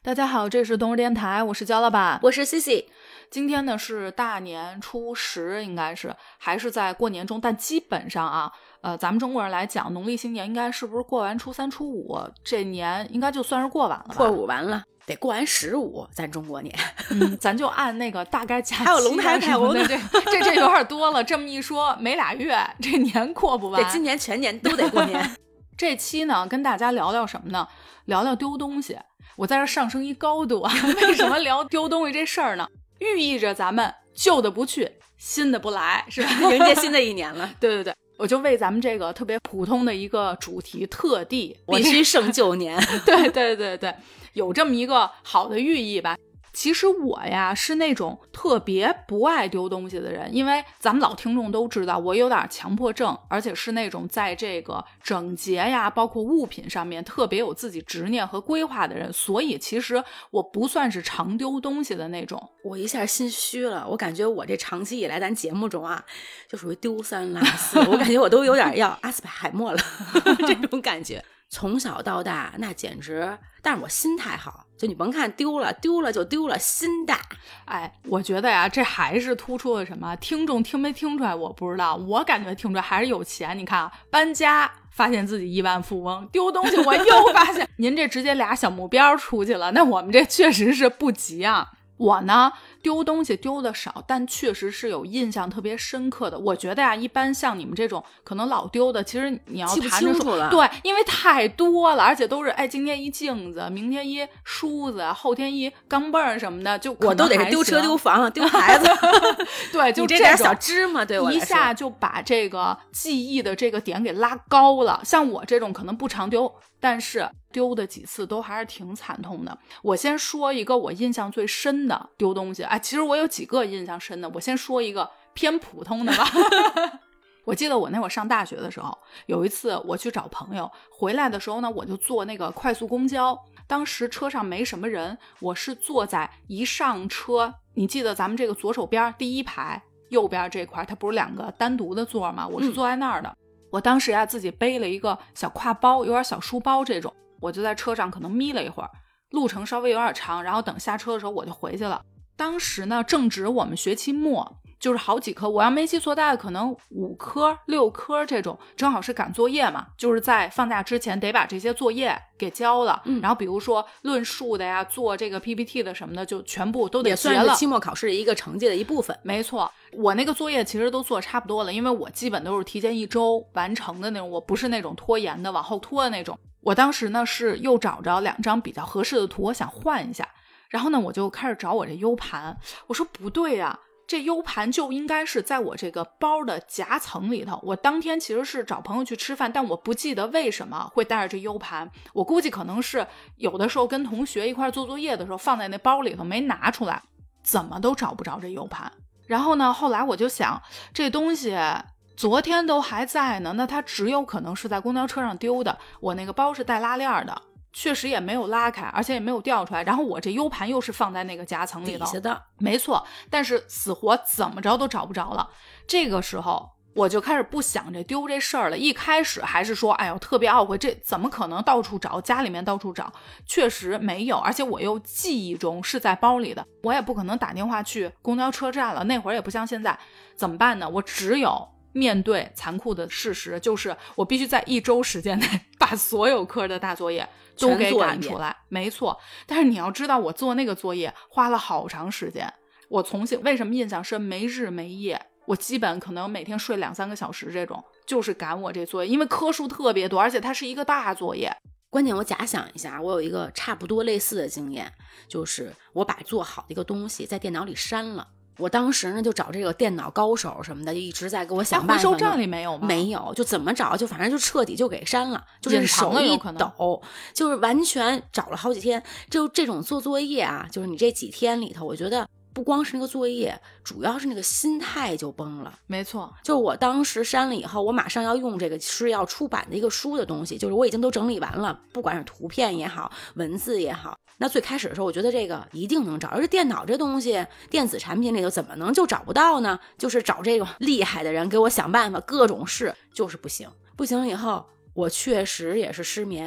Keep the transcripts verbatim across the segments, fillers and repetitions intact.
大家好，这是东日电台，我是焦老板， 我是 C C。 今天呢是大年初十，应该是还是在过年中，但基本上啊呃，咱们中国人来讲，农历新年应该是不是过完初三初五，这年应该就算是过完了吧？ 破五完了，得过完十五，咱中国年。 嗯，咱就按那个大概假期， 还有龙抬头呢， 这这这有点多了。这么一说，没俩月，这年过不完。 这今年全年都得过年。 这期呢，跟大家聊聊什么呢？聊聊丢东西。我在这上升一高度啊，为什么聊丢东西这事儿呢？寓意着咱们旧的不去，新的不来，是吧？ 迎接新的一年了。 对对对，我就为咱们这个特别普通的一个主题特地必须胜旧年。 对对对对，有这么一个好的寓意吧。其实我呀是那种特别不爱丢东西的人，因为咱们老听众都知道我有点强迫症，而且是那种在这个整洁呀包括物品上面特别有自己执念和规划的人，所以其实我不算是常丢东西的那种。 我一下心虚了，我感觉我这长期以来咱节目中啊就属于丢三落四，我感觉我都有点要阿斯海默了这种感觉。从小到大那简直，但是我心态好，就你甭看丢了丢了就丢了，心大。 哎，我觉得呀这还是突出了什么，听众听没听出来我不知道，我感觉听出来还是有钱。你看啊，搬家发现自己亿万富翁，丢东西我又发现您这直接俩小目标出去了，那我们这确实是不急啊。我呢丢东西丢的少，但确实是有印象特别深刻的。我觉得呀，一般像你们这种可能老丢的，其实你要谈着说，对，因为太多了，而且都是哎，今天一镜子，明天一梳子，后天一钢镚什么的，就我都得是丢车丢房丢孩子。 对，就这点小芝麻，对我一下就把这个记忆的这个点给拉高了。像我这种可能不常丢，但是丢的几次都还是挺惨痛的。我先说一个我印象最深的丢东西，哎，其实我有几个印象深的，我先说一个偏普通的吧。我记得我那会儿上大学的时候，有一次我去找朋友，回来的时候呢，我就坐那个快速公交，当时车上没什么人，我是坐在一上车，你记得咱们这个左手边第一排右边这块它不是两个单独的座吗？我是坐在那儿的、嗯、我当时呀自己背了一个小挎包，有点小书包这种，我就在车上可能眯了一会儿，路程稍微有点长，然后等下车的时候我就回去了。当时呢正值我们学期末，就是好几科，我要没记错大概可能五科六科这种，正好是赶作业嘛，就是在放假之前得把这些作业给交了、嗯、然后比如说论述的呀，做这个 P P T 的什么的就全部都得结了， 也算是期末考试的一个成绩的一部分。 没错，我那个作业其实都做差不多了，因为我基本都是提前一周完成的那种，我不是那种拖延的往后拖的那种。我当时呢是又找着两张比较合适的图，我想换一下，然后呢我就开始找我这 U 盘，我说不对啊，这 U 盘就应该是在我这个包的夹层里头。我当天其实是找朋友去吃饭，但我不记得为什么会带着这 U 盘，我估计可能是有的时候跟同学一块做作业的时候放在那包里头没拿出来，怎么都找不着这 U 盘。然后呢后来我就想，这东西昨天都还在呢，那它只有可能是在公交车上丢的。我那个包是带拉链的，确实也没有拉开，而且也没有掉出来，然后我这 U 盘又是放在那个夹层里头底下的， 没错，但是死活怎么着都找不着了。这个时候我就开始不想这丢这事儿了，一开始还是说哎呦特别懊悔，这怎么可能到处找，家里面到处找，确实没有，而且我又记忆中是在包里的，我也不可能打电话去公交车站了，那会儿也不像现在，怎么办呢？我只有面对残酷的事实，就是我必须在一周时间内把所有科的大作业都给赶出来。没错，但是你要知道我做那个作业花了好长时间，我从小为什么印象深，没日没夜，我基本可能每天睡两三个小时，这种就是赶我这作业，因为科数特别多，而且它是一个大作业。 关键我假想一下，我有一个差不多类似的经验，就是我把做好的一个东西在电脑里删了。我当时呢就找这个电脑高手什么的，就一直在给我想办法。 回收站里没有吗？ 没有，就怎么找，就反正就彻底就给删了，就是手一抖，就是完全找了好几天。就这种做作业啊，就是你这几天里头，我觉得不光是那个作业，主要是那个心态就崩了。 没错， 就是我当时删了以后，我马上要用这个是要出版的一个书的东西，就是我已经都整理完了，不管是图片也好，文字也好。那最开始的时候我觉得这个一定能找，而且电脑这东西电子产品里头怎么能就找不到呢？就是找这个厉害的人给我想办法，各种试，就是不行。不行以后我确实也是失眠，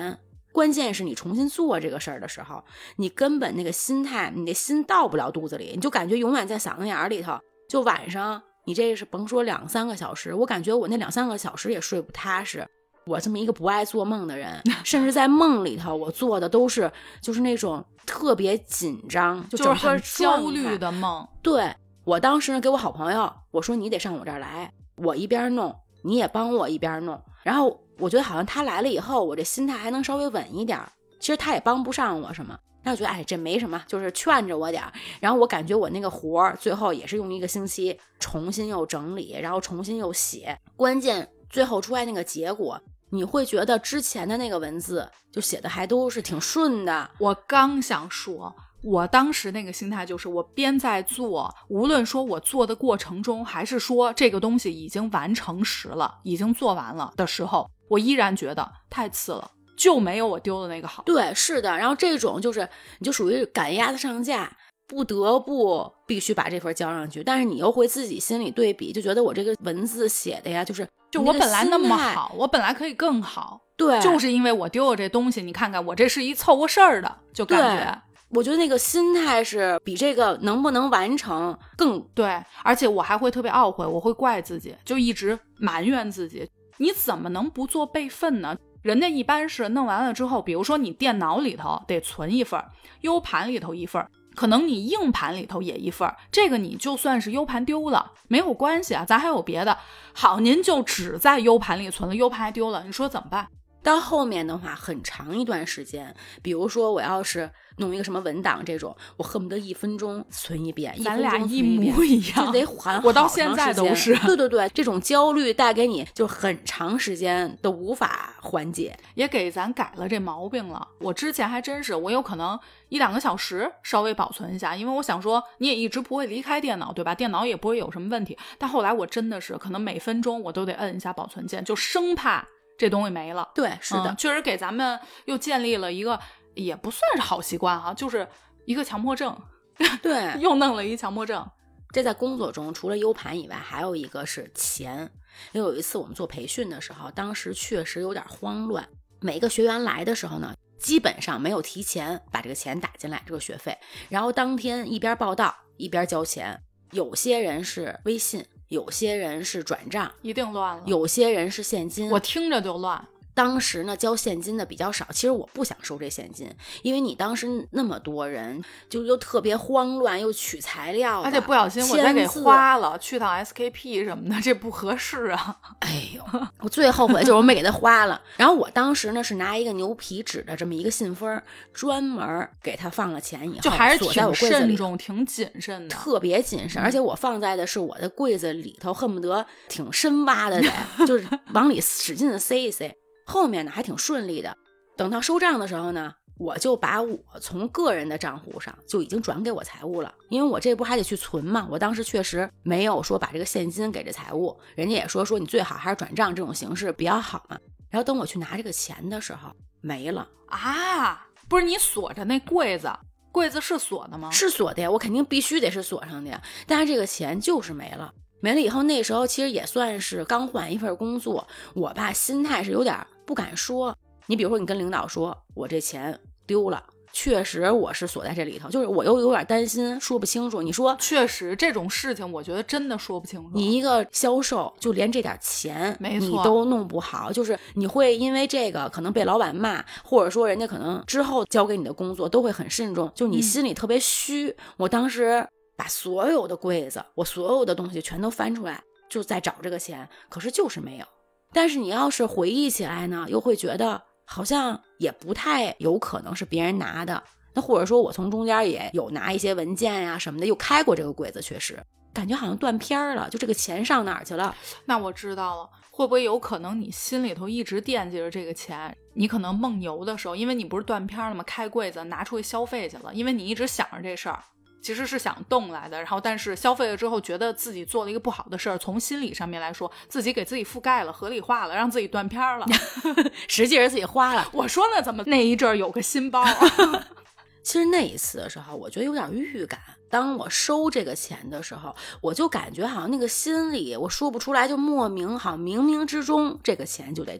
关键是你重新做这个事儿的时候，你根本那个心态，你的心到不了肚子里，你就感觉永远在嗓子眼里头。就晚上你这是甭说两三个小时，我感觉我那两三个小时也睡不踏实。我这么一个不爱做梦的人，甚至在梦里头我做的都是就是那种特别紧张，就就是很焦虑的梦。 对，我当时呢给我好朋友我说你得上我这儿来，我一边弄你也帮我一边弄，然后我觉得好像他来了以后我这心态还能稍微稳一点，其实他也帮不上我什么，那我觉得哎这没什么，就是劝着我点。然后我感觉我那个活最后也是用一个星期重新又整理，然后重新又写，关键最后出来那个结果你会觉得之前的那个文字就写的还都是挺顺的。 我刚想说我当时那个心态就是我边在做，无论说我做的过程中还是说这个东西已经完成时了已经做完了的时候，我依然觉得太次了，就没有我丢的那个好。 对，是的。然后这种就是你就属于赶鸭子上架，不得不必须把这份交上去，但是你又会自己心里对比，就觉得我这个文字写的呀就是就我本来那么好，我本来可以更好。 对， 就是因为我丢了这东西，你看看我这是一凑合事儿的，就感觉我觉得那个心态是比这个能不能完成更对。而且我还会特别懊悔，我会怪自己，就一直埋怨自己，你怎么能不做备份呢？人家一般是弄完了之后，比如说你电脑里头得存一份， U 盘里头一份，可能你硬盘里头也一份，这个你就算是 U 盘丢了没有关系啊，咱还有别的。好，您就只在 U 盘里存了， U 盘还丢了，你说怎么办？ 到后面的话很长一段时间，比如说我要是弄一个什么文档这种，我恨不得一分钟存一遍， 咱俩一模一样， 就得缓好我到现在都是。 对对对，这种焦虑带给你就很长时间都无法缓解， 也给咱改了这毛病了。我之前还真是，我有可能一两个小时稍微保存一下，因为我想说你也一直不会离开电脑对吧，电脑也不会有什么问题。但后来我真的是可能每分钟我都得摁一下保存键，就生怕这东西没了。 对，是的、 嗯、确实给咱们又建立了一个也不算是好习惯啊，就是一个强迫症。 对， 又弄了一强迫症。 这在工作中除了 U 盘以外还有一个是钱。因为有一次我们做培训的时候，当时确实有点慌乱，每个学员来的时候呢基本上没有提前把这个钱打进来这个学费，然后当天一边报到一边交钱，有些人是微信，有些人是转账， 一定乱了， 有些人是现金， 我听着就乱。 当时呢交现金的比较少，其实我不想收这现金，因为你当时那么多人就又特别慌乱，又取材料， 而且不小心我再给花了，去趟 S K P 什么的，这不合适啊。 哎呦，我最后悔就是我没给他花了。然后我当时呢是拿一个牛皮纸的这么一个信封，专门给他放了钱以后， 就还是挺慎重挺谨慎的， 特别谨慎、嗯、而且我放在的是我的柜子里头，恨不得挺深挖的得就是往里使劲的塞一塞。后面呢还挺顺利的，等到收账的时候呢，我就把我从个人的账户上就已经转给我财务了，因为我这不还得去存嘛，我当时确实没有说把这个现金给这财务，人家也说说你最好还是转账这种形式比较好嘛。然后等我去拿这个钱的时候没了啊！不是你锁着那柜子，柜子是锁的吗？ 是锁的呀，我肯定必须得是锁上的呀，但是这个钱就是没了。没了以后，那时候其实也算是刚换一份工作，我吧心态是有点不敢说。你比如说你跟领导说我这钱丢了，确实我是锁在这里头，就是我又有点担心说不清楚。你说确实这种事情我觉得真的说不清楚， 你一个销售就连这点钱没错你都弄不好，就是你会因为这个可能被老板骂，或者说人家可能之后交给你的工作都会很慎重，就你心里特别虚、嗯、我当时把所有的柜子我所有的东西全都翻出来就在找这个钱，可是就是没有。但是你要是回忆起来呢，又会觉得好像也不太有可能是别人拿的，那或者说我从中间也有拿一些文件呀、啊、什么的，又开过这个柜子，确实感觉好像断片了，就这个钱上哪儿去了。 那我知道了，会不会有可能你心里头一直惦记着这个钱，你可能梦游的时候，因为你不是断片了吗，开柜子拿出去消费去了，因为你一直想着这事儿，其实是想动来的，然后但是消费了之后觉得自己做了一个不好的事儿，从心理上面来说自己给自己覆盖了，合理化了，让自己断片了实际是自己花了。 我说呢，怎么那一阵儿有个新包其实那一次的时候我觉得有点预感，当我收这个钱的时候，我就感觉好像那个心里我说不出来，就莫名好像冥冥之中这个钱就得丢。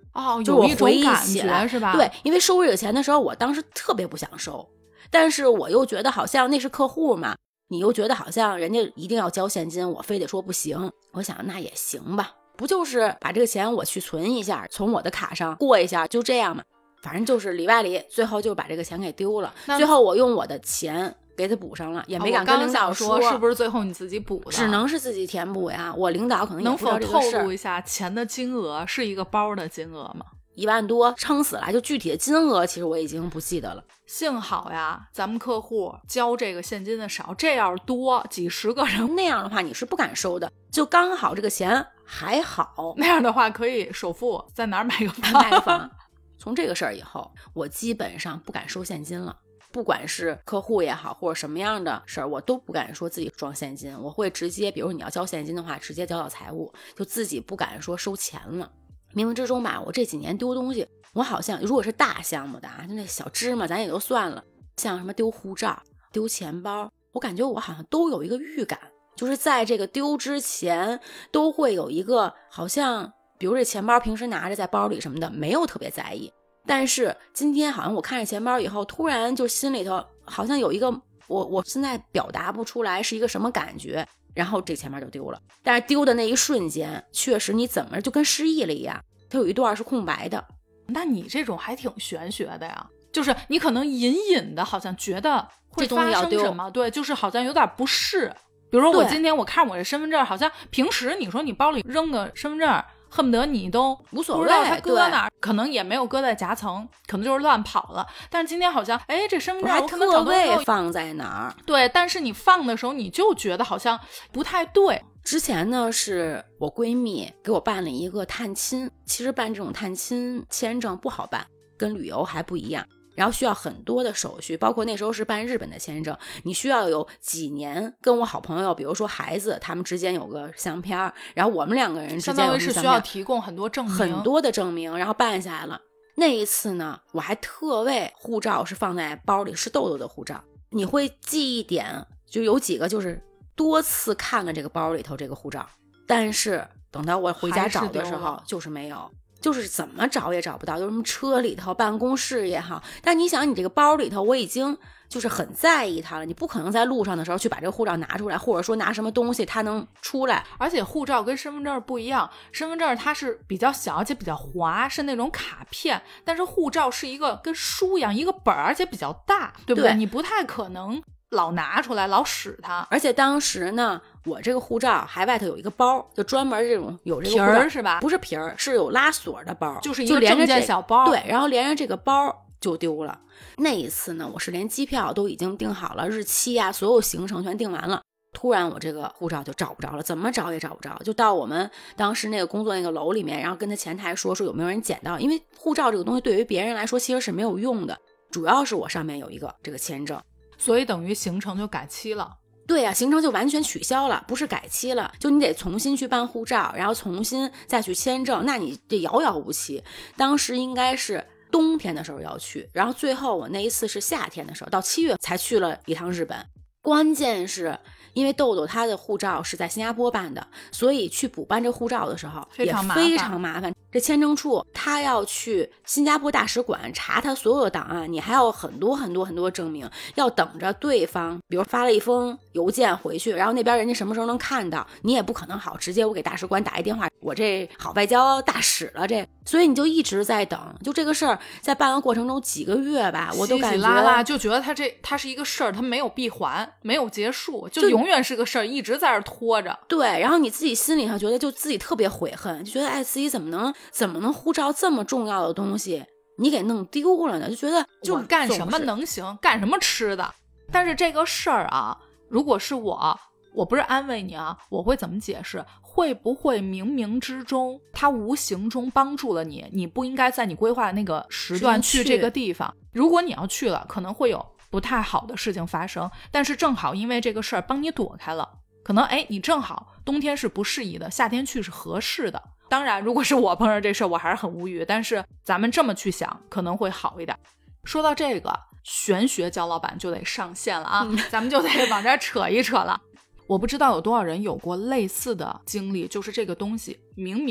哦， 就我有一种回忆感起来觉是吧？ 对，因为收这个钱的时候，我当时特别不想收，但是我又觉得好像那是客户嘛，你又觉得好像人家一定要交现金，我非得说不行。我想那也行吧，不就是把这个钱我去存一下，从我的卡上过一下，就这样嘛。反正就是里外里，最后就把这个钱给丢了。最后我用我的钱给他补上了，也没敢跟领导说，是不是最后你自己补的？ 只能是自己填补呀。我领导可能也能不知道否这个事儿。 透露一下钱的金额是一个包的金额吗？ 一万多，撑死了。就具体的金额，其实我已经不记得了。 幸好呀，咱们客户交这个现金的少，这要是多几十个人， 那样的话你是不敢收的。就刚好这个钱还好， 那样的话可以首付在哪儿买个房？ 买个房。从这个事儿以后，我基本上不敢收现金了。不管是客户也好，或者什么样的事儿，我都不敢说自己装现金。我会直接，比如你要交现金的话，直接交到财务，就自己不敢说收钱了。冥冥之中吧，我这几年丢东西，我好像如果是大项目的啊，就那小芝麻咱也就算了，像什么丢护照、丢钱包，我感觉我好像都有一个预感，就是在这个丢之前都会有一个好像，比如这钱包平时拿着在包里什么的，没有特别在意。但是今天好像我看着钱包以后，突然就心里头好像有一个我我现在表达不出来是一个什么感觉，然后这钱包就丢了。但是丢的那一瞬间，确实你怎么就跟失忆了一样，它有一段是空白的。 那你这种还挺玄学的呀，就是你可能隐隐的好像觉得会发生什么，对，就是好像有点不适。比如说我今天我看我这身份证，好像平时你说你包里扔个身份证，恨不得你都无所谓， 不知道它搁哪儿，可能也没有搁在夹层，可能就是乱跑了。但是今天好像，哎，这身份证我可能找到放在哪儿？ 对，但是你放的时候，你就觉得好像不太对。 之前呢，是我闺蜜给我办了一个探亲，其实办这种探亲签证不好办，跟旅游还不一样。然后需要很多的手续，包括那时候是办日本的签证，你需要有几年跟我好朋友，比如说孩子他们之间有个相片，然后我们两个人之间有个相片，相当于是需要提供很多证明， 很多的证明，然后办下来了。那一次呢，我还特为护照是放在包里，是豆豆的护照。你会记一点，就有几个就是多次看了这个包里头这个护照，但是等到我回家找的时候就是没有。就是怎么找也找不到，就什么车里头、办公室也好。但你想，你这个包里头，我已经就是很在意它了，你不可能在路上的时候去把这个护照拿出来，或者说拿什么东西它能出来。 而且护照跟身份证不一样，身份证它是比较小而且比较滑，是那种卡片，但是护照是一个跟书一样一个本，而且比较大，对不对？ 对， 你不太可能老拿出来老使它。 而且当时呢，我这个护照还外头有一个包，就专门这种有这个皮儿是吧？ 不是皮儿，是有拉锁的包， 就是一个证件小包。 对，然后连着这个包就丢了。那一次呢，我是连机票都已经订好了，日期啊，所有行程全订完了。突然我这个护照就找不着了，怎么找也找不着。就到我们当时那个工作那个楼里面，然后跟他前台说说有没有人捡到，因为护照这个东西对于别人来说其实是没有用的，主要是我上面有一个这个签证。 所以等于行程就改期了。 对呀、啊，行程就完全取消了，不是改期了，就你得重新去办护照，然后重新再去签证，那你这遥遥无期。当时应该是冬天的时候要去，然后最后我那一次是夏天的时候，到七月才去了一趟日本。关键是因为豆豆他的护照是在新加坡办的，所以去补办这护照的时候也非常麻烦。这签证处他要去新加坡大使馆查他所有的档案，你还要很多很多很多证明，要等着对方比如发了一封邮件回去，然后那边人家什么时候能看到，你也不可能好直接我给大使馆打一电话，我这好外交大使了这，所以你就一直在等。就这个事儿在办的过程中几个月吧，我都感觉稀稀拉拉，就觉得他这他是一个事儿，他没有闭环，没有结束，就永远是个事儿，一直在这拖着。 对，然后你自己心里头觉得就自己特别悔恨，就觉得哎自己怎么能怎么能护照这么重要的东西你给弄丢了呢？就觉得就干什么能行，干什么吃的。但是这个事儿啊，如果是我，我不是安慰你啊，我会怎么解释？会不会冥冥之中他无形中帮助了你，你不应该在你规划的那个时段去这个地方，如果你要去了可能会有不太好的事情发生，但是正好因为这个事儿帮你躲开了，可能哎，你正好冬天是不适宜的，夏天去是合适的。当然如果是我碰上这事儿我还是很无语，但是咱们这么去想可能会好一点。说到这个玄学焦老板就得上线了啊、嗯、咱们就得往这扯一扯了。我不知道有多少人有过类似的经历，就是这个东西明明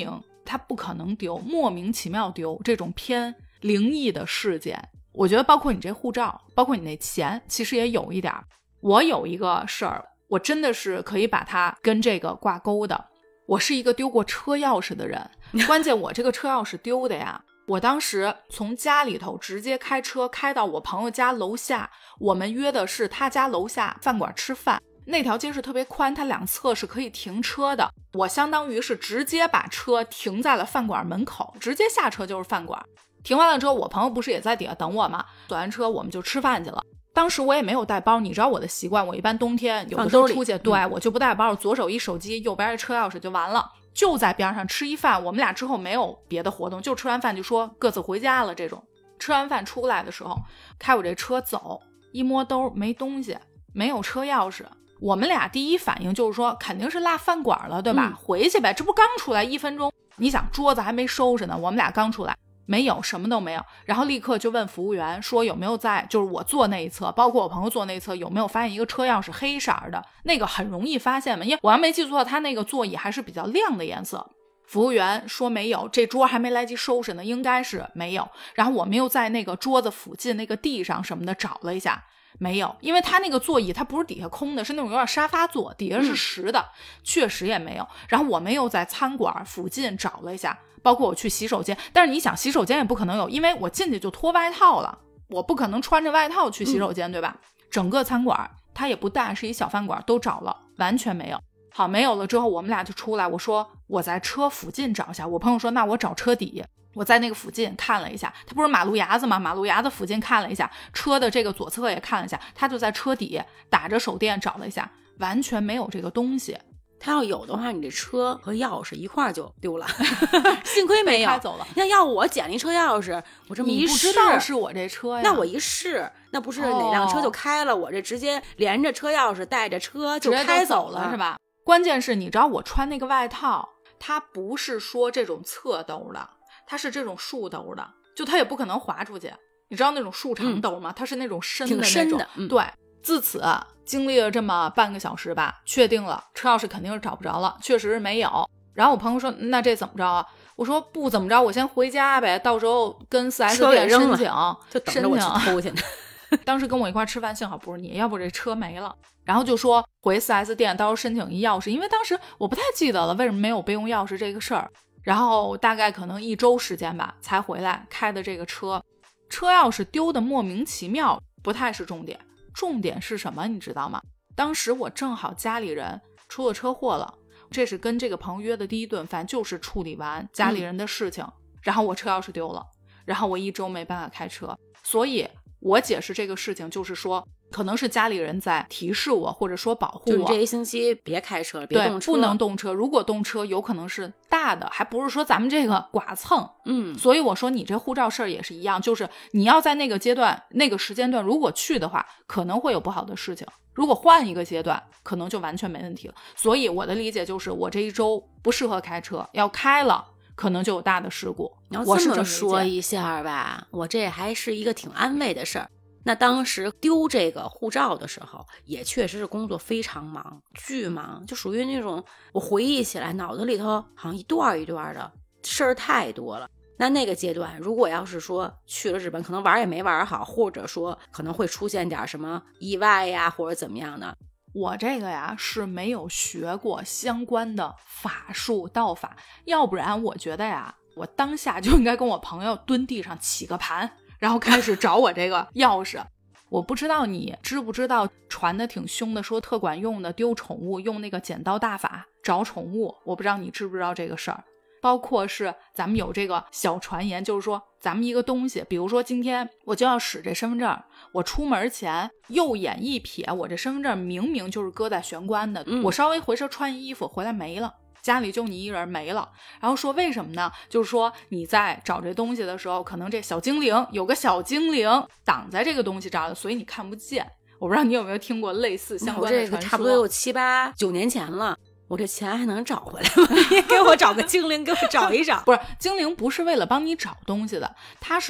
它不可能丢，莫名其妙丢这种偏灵异的事件，我觉得包括你这护照，包括你那钱，其实也有一点。我有一个事儿，我真的是可以把它跟这个挂钩的。我是一个丢过车钥匙的人，关键我这个车钥匙丢的呀，我当时从家里头直接开车开到我朋友家楼下，我们约的是他家楼下饭馆吃饭，那条街是特别宽，它两侧是可以停车的，我相当于是直接把车停在了饭馆门口，直接下车就是饭馆。停完了之后，我朋友不是也在底下等我吗？锁完车我们就吃饭去了。当时我也没有带包，你知道我的习惯，我一般冬天有的时候出去，对、嗯、我就不带包，左手一手机，右边一车钥匙就完了。就在边上吃一饭，我们俩之后没有别的活动，就吃完饭就说各自回家了这种。吃完饭出来的时候，开我这车走，一摸兜没东西，没有车钥匙。我们俩第一反应就是说肯定是落饭馆了，对吧、嗯、回去呗，这不刚出来一分钟，你想桌子还没收拾呢，我们俩刚出来，没有，什么都没有。然后立刻就问服务员说有没有在就是我坐那一侧，包括我朋友坐那一侧，有没有发现一个车钥匙黑色的，那个很容易发现嘛，因为我要没记错，他那个座椅还是比较亮的颜色。服务员说没有，这桌还没来及收拾呢，应该是没有。然后我们又在那个桌子附近那个地上什么的找了一下，没有，因为他那个座椅它不是底下空的，是那种有点沙发座，底下是实的、嗯、确实也没有。然后我们又在餐馆附近找了一下，包括我去洗手间，但是你想洗手间也不可能有，因为我进去就脱外套了，我不可能穿着外套去洗手间、嗯、对吧？整个餐馆它也不大，是一小饭馆，都找了完全没有。好，没有了之后我们俩就出来，我说我在车附近找一下，我朋友说那我找车底，我在那个附近看了一下，他不是马路牙子吗？马路牙子附近看了一下，车的这个左侧也看了一下，他就在车底打着手电找了一下，完全没有这个东西。 他要有的话，你这车和钥匙一块就丢了，幸亏没有。 开走了。 那要我捡了一车钥匙，我这么一试， 你不知道是我这车呀？ 那我一试，那不是哪辆车就开了，哦、我这直接连着车钥匙带着车就开走了， 是吧？关键是你知道我穿那个外套，它不是说这种侧兜的，它是这种竖兜的，就它也不可能滑出去。你知道那种竖长兜吗？嗯、它是那种深的那种。 挺深的。嗯、 对，自此经历了这么半个小时吧，确定了车钥匙肯定是找不着了，确实是没有。然后我朋友说那这怎么着啊？我说不怎么着，我先回家呗，到时候跟 四 S 店申请， 就等着我去偷去呢。 当时跟我一块吃饭，幸好不是你，要不这车没了。然后就说回 四 S 店，到时候申请一钥匙，因为当时我不太记得了为什么没有备用钥匙这个事儿。然后大概可能一周时间吧才回来开的这个车，车钥匙丢的莫名其妙，不太是重点。重点是什么你知道吗？当时我正好家里人出了车祸了，这是跟这个朋友约的第一顿饭，就是处理完家里人的事情、嗯、然后我车钥匙丢了，然后我一周没办法开车。所以我解释这个事情就是说可能是家里人在提示我，或者说保护我， 就你这一星期别开车了，别动车， 不能动车。如果动车有可能是大的，还不是说咱们这个剐蹭。 嗯， 所以我说你这护照事儿也是一样，就是你要在那个阶段那个时间段如果去的话，可能会有不好的事情，如果换一个阶段可能就完全没问题了。所以我的理解就是我这一周不适合开车，要开了可能就有大的事故。 你要这么说一下吧，我这还是一个挺安慰的事儿。那当时丢这个护照的时候，也确实是工作非常忙，巨忙，就属于那种我回忆起来脑子里头好像一段一段的事儿太多了。那那个阶段如果要是说去了日本，可能玩也没玩好，或者说可能会出现点什么意外呀，或者怎么样的。 我这个呀是没有学过相关的法术道法，要不然我觉得呀我当下就应该跟我朋友蹲地上起个盘，然后开始找我这个钥匙。我不知道你知不知道传的挺凶的，说特管用的丢宠物用那个剪刀大法找宠物，我不知道你知不知道这个事儿。包括是咱们有这个小传言，就是说咱们一个东西，比如说今天我就要使这身份证，我出门前右眼一瞥，我这身份证明明就是搁在玄关的、嗯、我稍微回身穿衣服回来没了，家里就你一人没了。然后说为什么呢？就是说你在找这东西的时候，可能这小精灵有个小精灵挡在这个东西这儿了，所以你看不见。我不知道你有没有听过类似相关的传说。 我这个差不多有七八九年前了，我这钱还能找回来吗？你给我找个精灵给我找一找。 不是，精灵不是为了帮你找东西的，它是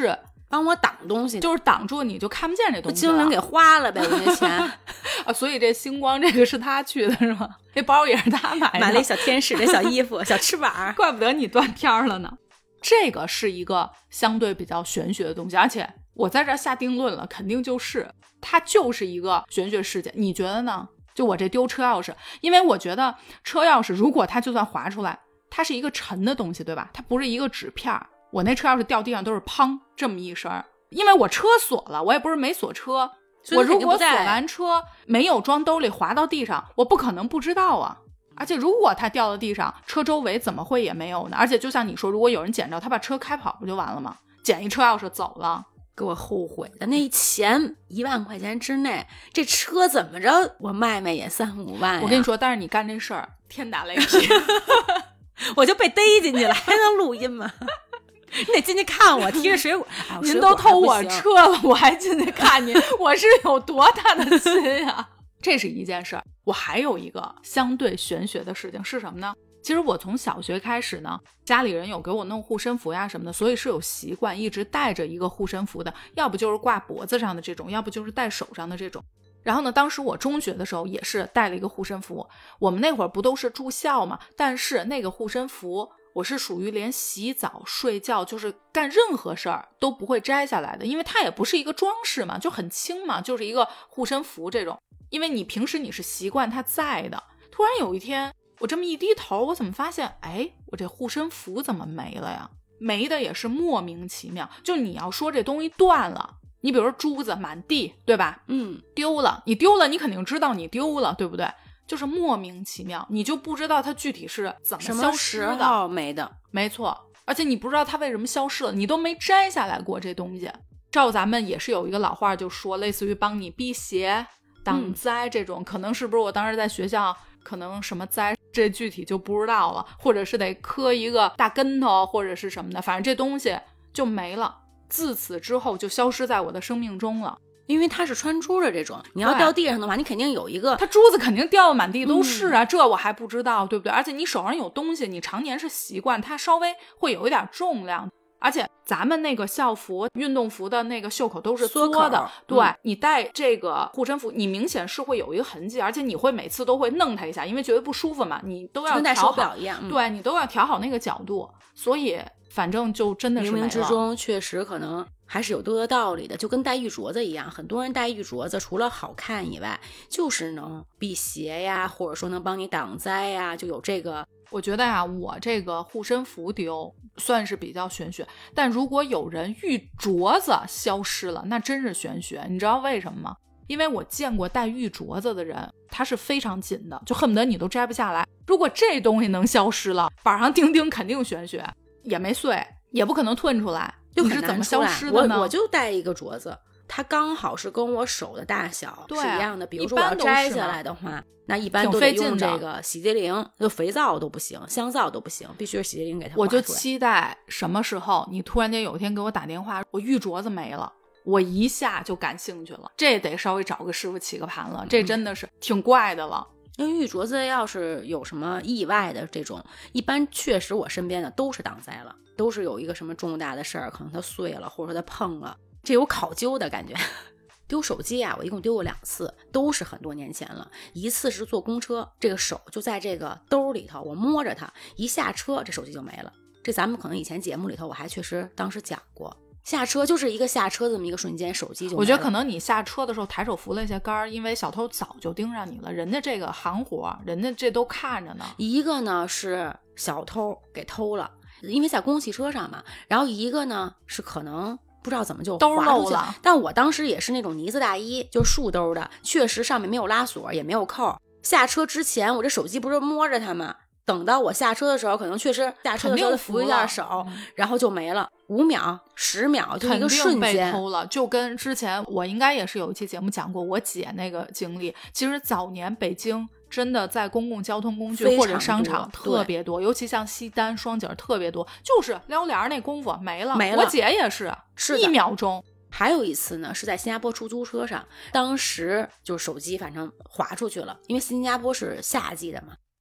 帮我挡东西， 就是挡住你就看不见这东西了， 精灵给花了呗人家钱啊，所以这星光这个是他去的是吗？那包也是他买的， 买了一小天使的小衣服小翅膀， 怪不得你断片了呢。这个是一个相对比较玄学的东西，而且我在这下定论了，肯定就是它就是一个玄学事件，你觉得呢？就我这丢车钥匙，因为我觉得车钥匙如果它就算划出来，它是一个沉的东西，对吧？它不是一个纸片，我那车钥匙掉地上都是砰这么一声，因为我车锁了，我也不是没锁车，我如果锁完车没有装兜里滑到地上，我不可能不知道啊。而且如果它掉到地上，车周围怎么会也没有呢？而且就像你说，如果有人捡着，他把车开跑不就完了吗？捡一车钥匙走了， 给我后悔的那钱一万块钱之内，这车怎么着我卖卖也三五万、啊、 我跟你说，但是你干这事儿天打雷劈我就被逮进去了，还能录音吗？你得进去看我提着水果、哎、 您都偷我车了，我还进去看您我是有多大的心呀这是一件事儿。我还有一个相对玄学的事情是什么呢？其实我从小学开始呢，家里人有给我弄护身符呀什么的，所以是有习惯一直带着一个护身符的，要不就是挂脖子上的这种，要不就是戴手上的这种。然后呢，当时我中学的时候也是带了一个护身符，我们那会儿不都是住校嘛，但是那个护身符我是属于连洗澡睡觉就是干任何事儿都不会摘下来的，因为它也不是一个装饰嘛，就很轻嘛，就是一个护身符这种，因为你平时你是习惯它在的。突然有一天我这么一低头，我怎么发现哎，我这护身符怎么没了呀？没的也是莫名其妙，就你要说这东西断了，你比如说珠子满地对吧， 嗯， 丢了，你丢了你肯定知道你丢了对不对，就是莫名其妙，你就不知道它具体是怎么消失的， 什么时候没的， 没错，而且你不知道它为什么消失了，你都没摘下来过这东西。照咱们也是有一个老话就说类似于帮你辟邪挡灾这种、嗯、可能是不是我当时在学校可能什么灾这具体就不知道了，或者是得磕一个大跟头或者是什么的，反正这东西就没了，自此之后就消失在我的生命中了。 因为它是穿珠的这种，你要掉地上的话你肯定有一个， 它珠子肯定掉满地都是啊、嗯、这我还不知道对不对？而且你手上有东西你常年是习惯，它稍微会有一点重量，而且咱们那个校服运动服的那个袖口都是缩的，对、嗯、你戴这个护身符你明显是会有一个痕迹，而且你会每次都会弄它一下，因为觉得不舒服嘛，你都要调好， 跟戴手表一样、嗯、 对，你都要调好那个角度，所以反正就真的是冥冥之中确实可能还是有多的道理的，就跟戴玉镯子一样，很多人戴玉镯子除了好看以外就是能辟邪呀，或者说能帮你挡灾呀，就有这个。 我觉得呀、啊，我这个护身符丢算是比较玄学，但如果有人玉镯子消失了那真是玄学，你知道为什么吗？因为我见过戴玉镯子的人他是非常紧的，就恨不得你都摘不下来，如果这东西能消失了，板上钉钉肯定玄学，也没碎也不可能褪出来，你是怎么消失的呢？ 我我就戴一个镯子，它刚好是跟我手的大小是一样的，比如说我要摘下来的话，那一般都得用这个洗洁灵，就肥皂都不行，香皂都不行，必须是洗洁灵给它划出来。 我就期待什么时候你突然间有一天给我打电话，我玉镯子没了，我一下就感兴趣了，这得稍微找个师傅起个盘了，这真的是挺怪的了。 因为玉镯子要是有什么意外的这种，一般确实我身边的都是挡灾了，都是有一个什么重大的事儿，可能它碎了或者说它碰了，这有考究的感觉。丢手机啊，我一共丢过两次，都是很多年前了。一次是坐公车，这个手就在这个兜里头，我摸着它，一下车这手机就没了。这咱们可能以前节目里头我还确实当时讲过，下车就是一个下车这么一个瞬间，手机就没了。 我觉得可能你下车的时候抬手扶了一下杆，因为小偷早就盯上你了，人家这个行活人家这都看着呢。 一个呢是小偷给偷了，因为在公汽车上嘛，然后一个呢是可能不知道怎么就滑出去了，但我当时也是那种呢子大衣，就是束兜的，确实上面没有拉锁也没有扣。下车之前我这手机不是摸着它吗？等到我下车的时候，可能确实下车的时候扶一下手、嗯、然后就没了，五秒十秒就一个瞬间肯定被偷了。就跟之前我应该也是有一期节目讲过我姐那个经历，其实早年北京真的在公共交通工具或者商场特别多，尤其像西单双井特别多，就是撩帘那功夫没了没了。 我姐也是是一秒钟。 还有一次呢是在新加坡出租车上，当时就是手机反正滑出去了，因为新加坡是夏季的嘛，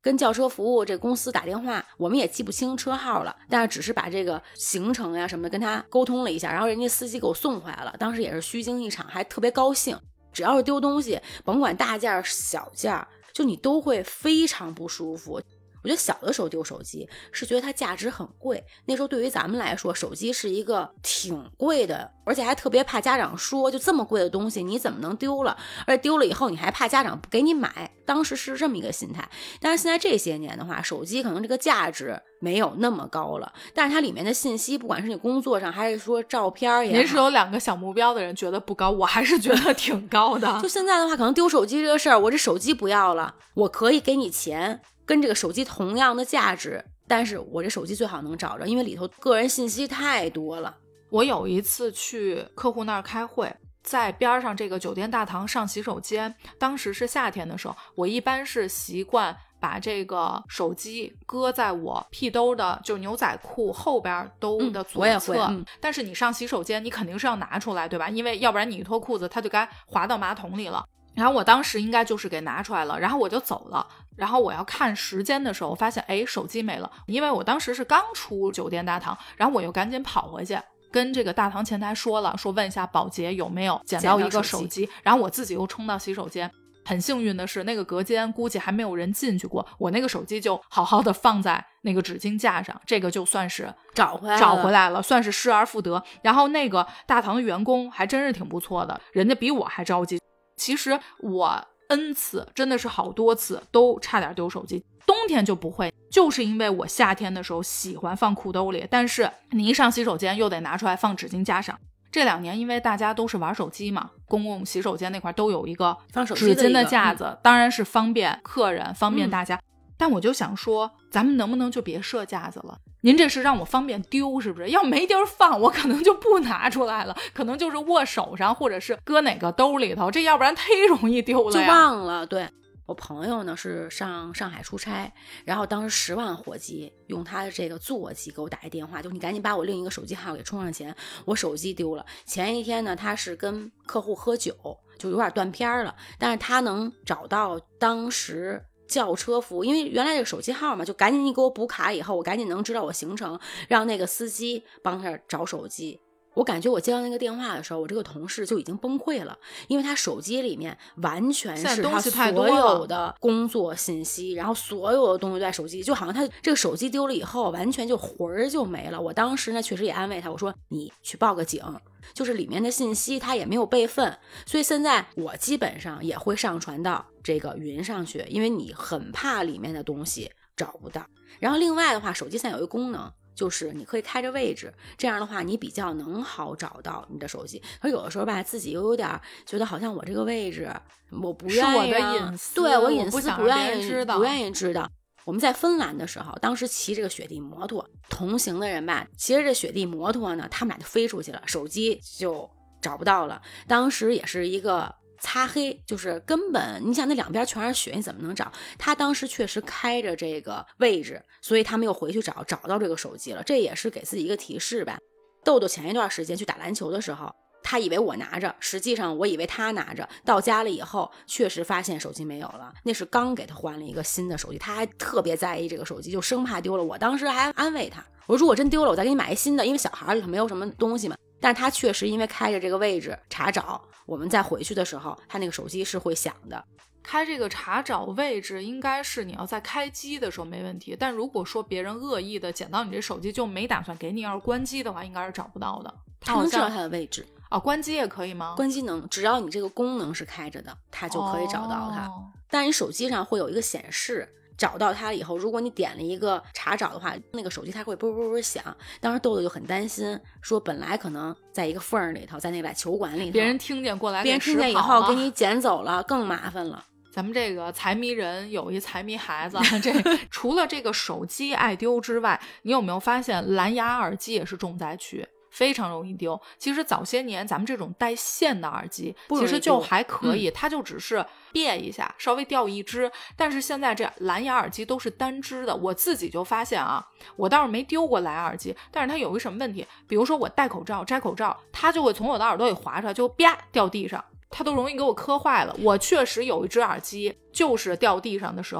跟轿车服务这公司打电话，我们也记不清车号了，但是只是把这个行程呀什么的跟他沟通了一下，然后人家司机给我送回来了，当时也是虚惊一场，还特别高兴。只要是丢东西，甭管大件小件，就你都会非常不舒服。我觉得小的时候丢手机是觉得它价值很贵，那时候对于咱们来说手机是一个挺贵的，而且还特别怕家长说就这么贵的东西你怎么能丢了，而且丢了以后你还怕家长不给你买，当时是这么一个心态。但是现在这些年的话，手机可能这个价值没有那么高了，但是它里面的信息不管是你工作上还是说照片也好， 您是有两个小目标的人觉得不高，我还是觉得挺高的。 就现在的话可能丢手机这个事儿，我这手机不要了，我可以给你钱跟这个手机同样的价值，但是我这手机最好能找着，因为里头个人信息太多了。 我有一次去客户那儿开会，在边上这个酒店大堂上洗手间，当时是夏天的时候，我一般是习惯把这个手机搁在我屁兜的就牛仔裤后边兜的左侧、嗯、我也会、嗯、但是你上洗手间你肯定是要拿出来，对吧？因为要不然你一脱裤子它就该滑到马桶里了。然后我当时应该就是给拿出来了，然后我就走了，然后我要看时间的时候发现哎，手机没了，因为我当时是刚出酒店大堂，然后我又赶紧跑回去跟这个大堂前台说了，说问一下保洁有没有捡到一个手机，然后我自己又冲到洗手间。很幸运的是那个隔间估计还没有人进去过，我那个手机就好好的放在那个纸巾架上，这个就算是找回来了找回来了，算是失而复得。然后那个大堂的员工还真是挺不错的，人家比我还着急。其实我 N 次真的是好多次都差点丢手机，冬天就不会，就是因为我夏天的时候喜欢放裤兜里，但是你一上洗手间又得拿出来放纸巾架上。这两年因为大家都是玩手机嘛，公共洗手间那块都有一个纸巾的架子，嗯、当然是方便客人方便大家、嗯、但我就想说咱们能不能就别设架子了，您这是让我方便丢是不是？要没地儿放我可能就不拿出来了，可能就是握手上或者是搁哪个兜里头，这要不然忒容易丢了呀， 就忘了。对，我朋友呢是上上海出差，然后当时十万火急，用他的这个座机给我打一电话，就你赶紧把我另一个手机号给充上钱，我手机丢了。前一天呢他是跟客户喝酒，就有点断片了，但是他能找到当时轿车服务，因为原来这个手机号嘛，就赶紧你给我补卡以后，我赶紧能知道我行程，让那个司机帮他找手机。我感觉我接到那个电话的时候，我这个同事就已经崩溃了，因为他手机里面完全是他所有的工作信息，然后所有的东西都在手机，就好像他这个手机丢了以后完全就魂儿就没了。我当时呢确实也安慰他，我说你去报个警，就是里面的信息他也没有备份，所以现在我基本上也会上传到这个云上去，因为你很怕里面的东西找不到。然后另外的话，手机现在有一个功能，就是你可以开着位置，这样的话你比较能好找到你的手机。可是有的时候吧，自己又有点觉得好像我这个位置我不愿意、啊、 是我的隐私， 对我隐私不愿意知道， 不愿意知道。我们在芬兰的时候，当时骑这个雪地摩托，同行的人吧，骑着这雪地摩托呢，他们俩就飞出去了，手机就找不到了。当时也是一个擦黑，就是根本你想那两边全是雪，你怎么能找？他当时确实开着这个位置，所以他们又回去找，找到这个手机了。这也是给自己一个提示吧。豆豆前一段时间去打篮球的时候，他以为我拿着，实际上我以为他拿着，到家了以后确实发现手机没有了，那是刚给他换了一个新的手机，他还特别在意这个手机，就生怕丢了。我当时还安慰他，我说如果真丢了我再给你买一新的，因为小孩里头没有什么东西嘛。但是他确实因为开着这个位置查找，我们再回去的时候他那个手机是会响的。 开这个查找位置应该是你要在开机的时候没问题，但如果说别人恶意的捡到你这手机就没打算给你，要是关机的话应该是找不到的。 他能知道它的位置哦，关机也可以吗？ 关机能，只要你这个功能是开着的，它就可以找到它。哦、但是你手机上会有一个显示，找到它以后，如果你点了一个查找的话，那个手机它会啵啵啵响。当时豆豆就很担心，说本来可能在一个缝里头，在那个球馆里头， 别人听见过来， 别人听见以后给你捡走了，更麻烦了。 咱们这个财迷人有一财迷孩子，这除了这个手机爱丢之外，你有没有发现蓝牙耳机也是重灾区？非常容易丢。其实早些年咱们这种带线的耳机其实就还可以、嗯、它就只是别一下稍微掉一支，但是现在这蓝牙耳机都是单支的。我自己就发现啊，我倒是没丢过蓝牙耳机，但是它有一个什么问题，比如说我戴口罩摘口罩，它就会从我的耳朵里滑出来，就啪掉地上，它都容易给我磕坏了。我确实有一只耳机就是掉地上的时候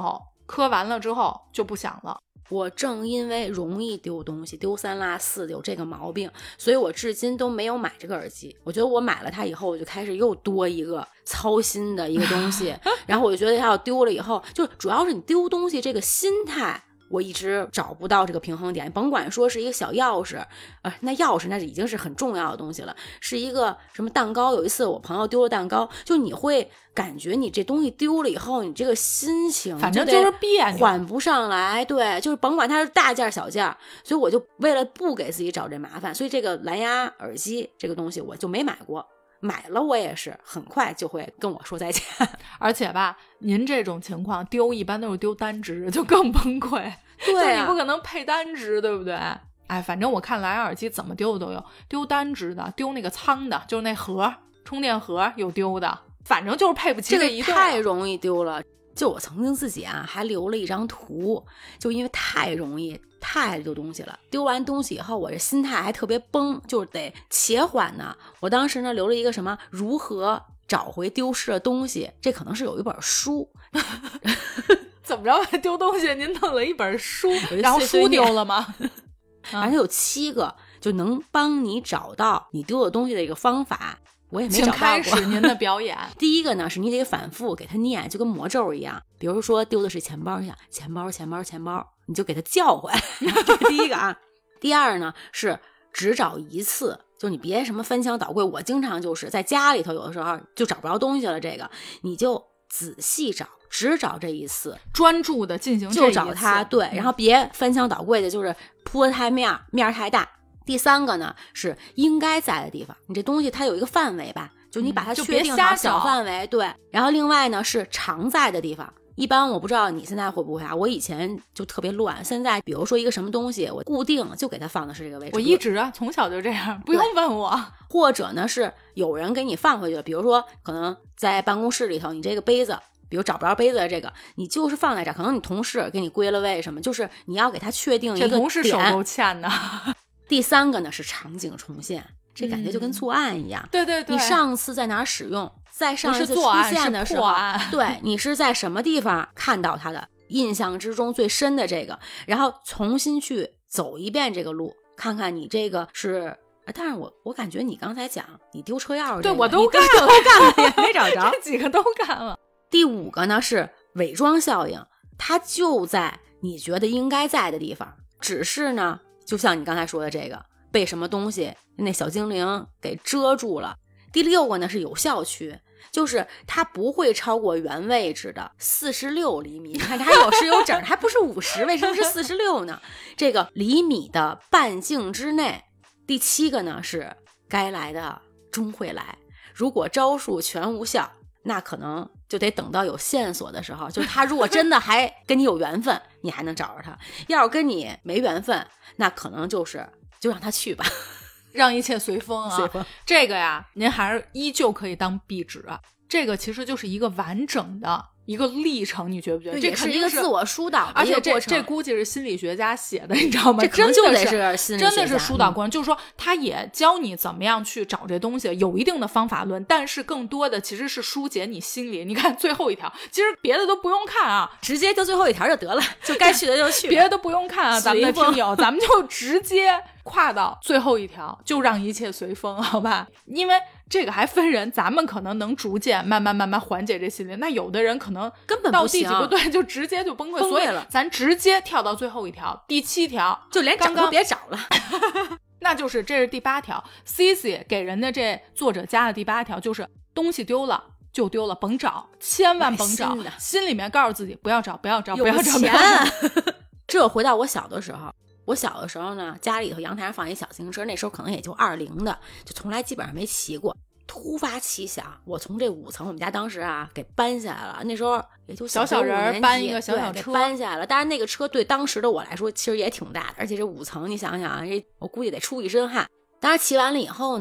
磕完了之后就不响了。 我正因为容易丢东西，丢三落四有这个毛病，所以我至今都没有买这个耳机。我觉得我买了它以后，我就开始又多一个操心的一个东西然后我就觉得它要丢了以后，就主要是你丢东西这个心态，我一直找不到这个平衡点。甭管说是一个小钥匙，呃，那钥匙那已经是很重要的东西了，是一个什么蛋糕。有一次我朋友丢了蛋糕，就你会感觉你这东西丢了以后，你这个心情反正就是别扭， 缓不上来。对，就是甭管它是大件小件，所以我就为了不给自己找这麻烦，所以这个蓝牙耳机这个东西我就没买过。买了我也是很快就会跟我说再见。 而且吧，您这种情况丢一般都是丢单只，就更崩溃。 对、啊， 就你不可能配单只，对不对？哎，反正我看蓝牙耳机怎么丢的都有，丢单只的，丢那个仓的，就是那盒充电盒有丢的，反正就是配不齐这一对。 这个太容易丢了。就我曾经自己啊还留了一张图，就因为太容易太丢东西了，丢完东西以后我这心态还特别崩，就是得且缓呢。我当时呢留了一个什么如何找回丢失的东西，这可能是有一本书怎么着丢东西您弄了一本书然后书丢了吗？ 反正有七个就能帮你找到你丢的东西的一个方法，我也没找到过。 请开始您的表演第一个呢是你得反复给它念，就跟魔咒一样。比如说丢的是钱包，想钱包钱包钱包，你就给它叫回来这是第一个啊。第二呢是只找一次，就你别什么翻箱倒柜。我经常就是在家里头有的时候就找不着东西了，这个你就仔细找，只找这一次， 专注的进行这一次， 就找它。对，然后别翻箱倒柜的，就是铺的太面面太大。第三个呢是应该在的地方，你这东西它有一个范围吧，就你把它确定好小范围、嗯、对。然后另外呢是常在的地方，一般我不知道你现在会不会啊，我以前就特别乱，现在比如说一个什么东西我固定就给它放的是这个位置。 我一直啊从小就这样，不用问我。 或者呢是有人给你放回去了，比如说可能在办公室里头，你这个杯子比如找不着杯子的这个，你就是放在这儿，可能你同事给你归了位什么，就是你要给他确定一个点。 这同事手够欠的。 第三个呢是场景重现，这感觉就跟作案一样、嗯、 对对对， 你上次在哪儿使用，再上一次出现的时候，对，你是在什么地方看到它的，印象之中最深的这个，然后重新去走一遍这个路，看看你这个是。但是我我感觉你刚才讲你丢车钥匙、这个， 对我都干了， 都干了也没找着， 这几个都干了。 第五个呢是伪装效应，它就在你觉得应该在的地方，只是呢就像你刚才说的这个被什么东西那小精灵给遮住了。第六个呢是有效区，就是它不会超过原位置的四十六厘米，你看这还有是有整，还不是五十，为什么是四十六呢？这个厘米的半径之内。第七个呢是该来的终会来，如果招数全无效，那可能就得等到有线索的时候，就是他如果真的还跟你有缘分你还能找着他，要是跟你没缘分那可能就是就让他去吧， 让一切随风啊。 随风这个呀您还是依旧可以当壁纸啊，这个其实就是一个完整的一个历程，你觉不觉得？这是一个自我疏导的一个过程， 而且这这估计是心理学家写的，你知道吗？ 这可能就得是心理学家， 真的是疏导过程、嗯、就是说他也教你怎么样去找这东西，有一定的方法论，但是更多的其实是疏解你心里。你看最后一条，其实别的都不用看啊， 直接就最后一条就得了，就该去的就去， 别的都不用看啊，咱们的听友，咱们就直接跨到最后一条，就让一切随风，好吧？因为这个还分人，咱们可能能逐渐慢慢慢慢缓解这心理，那有的人可能根本到第几个对就直接就崩溃， 崩溃了。 所以咱直接跳到最后一条，第七条， 就连找都别找了。 那就是这是第八条 ，C C 给人的这作者加的第八条就是东西丢了就丢了，甭找，千万甭找，心里面告诉自己不要找，不要找，不要找，不要找。 这回到我小的时候。我小的时候呢，家里头阳台上放一小自行车，那时候可能也就二零的，就从来基本上没骑过。突发奇想，我从这五层我们家当时啊给搬下来了，那时候也就小小人搬一个小小车搬下来了。当然那个车对当时的我来说其实也挺大的，而且这五层你想想啊，这我估计得出一身汗。当然骑完了以后呢，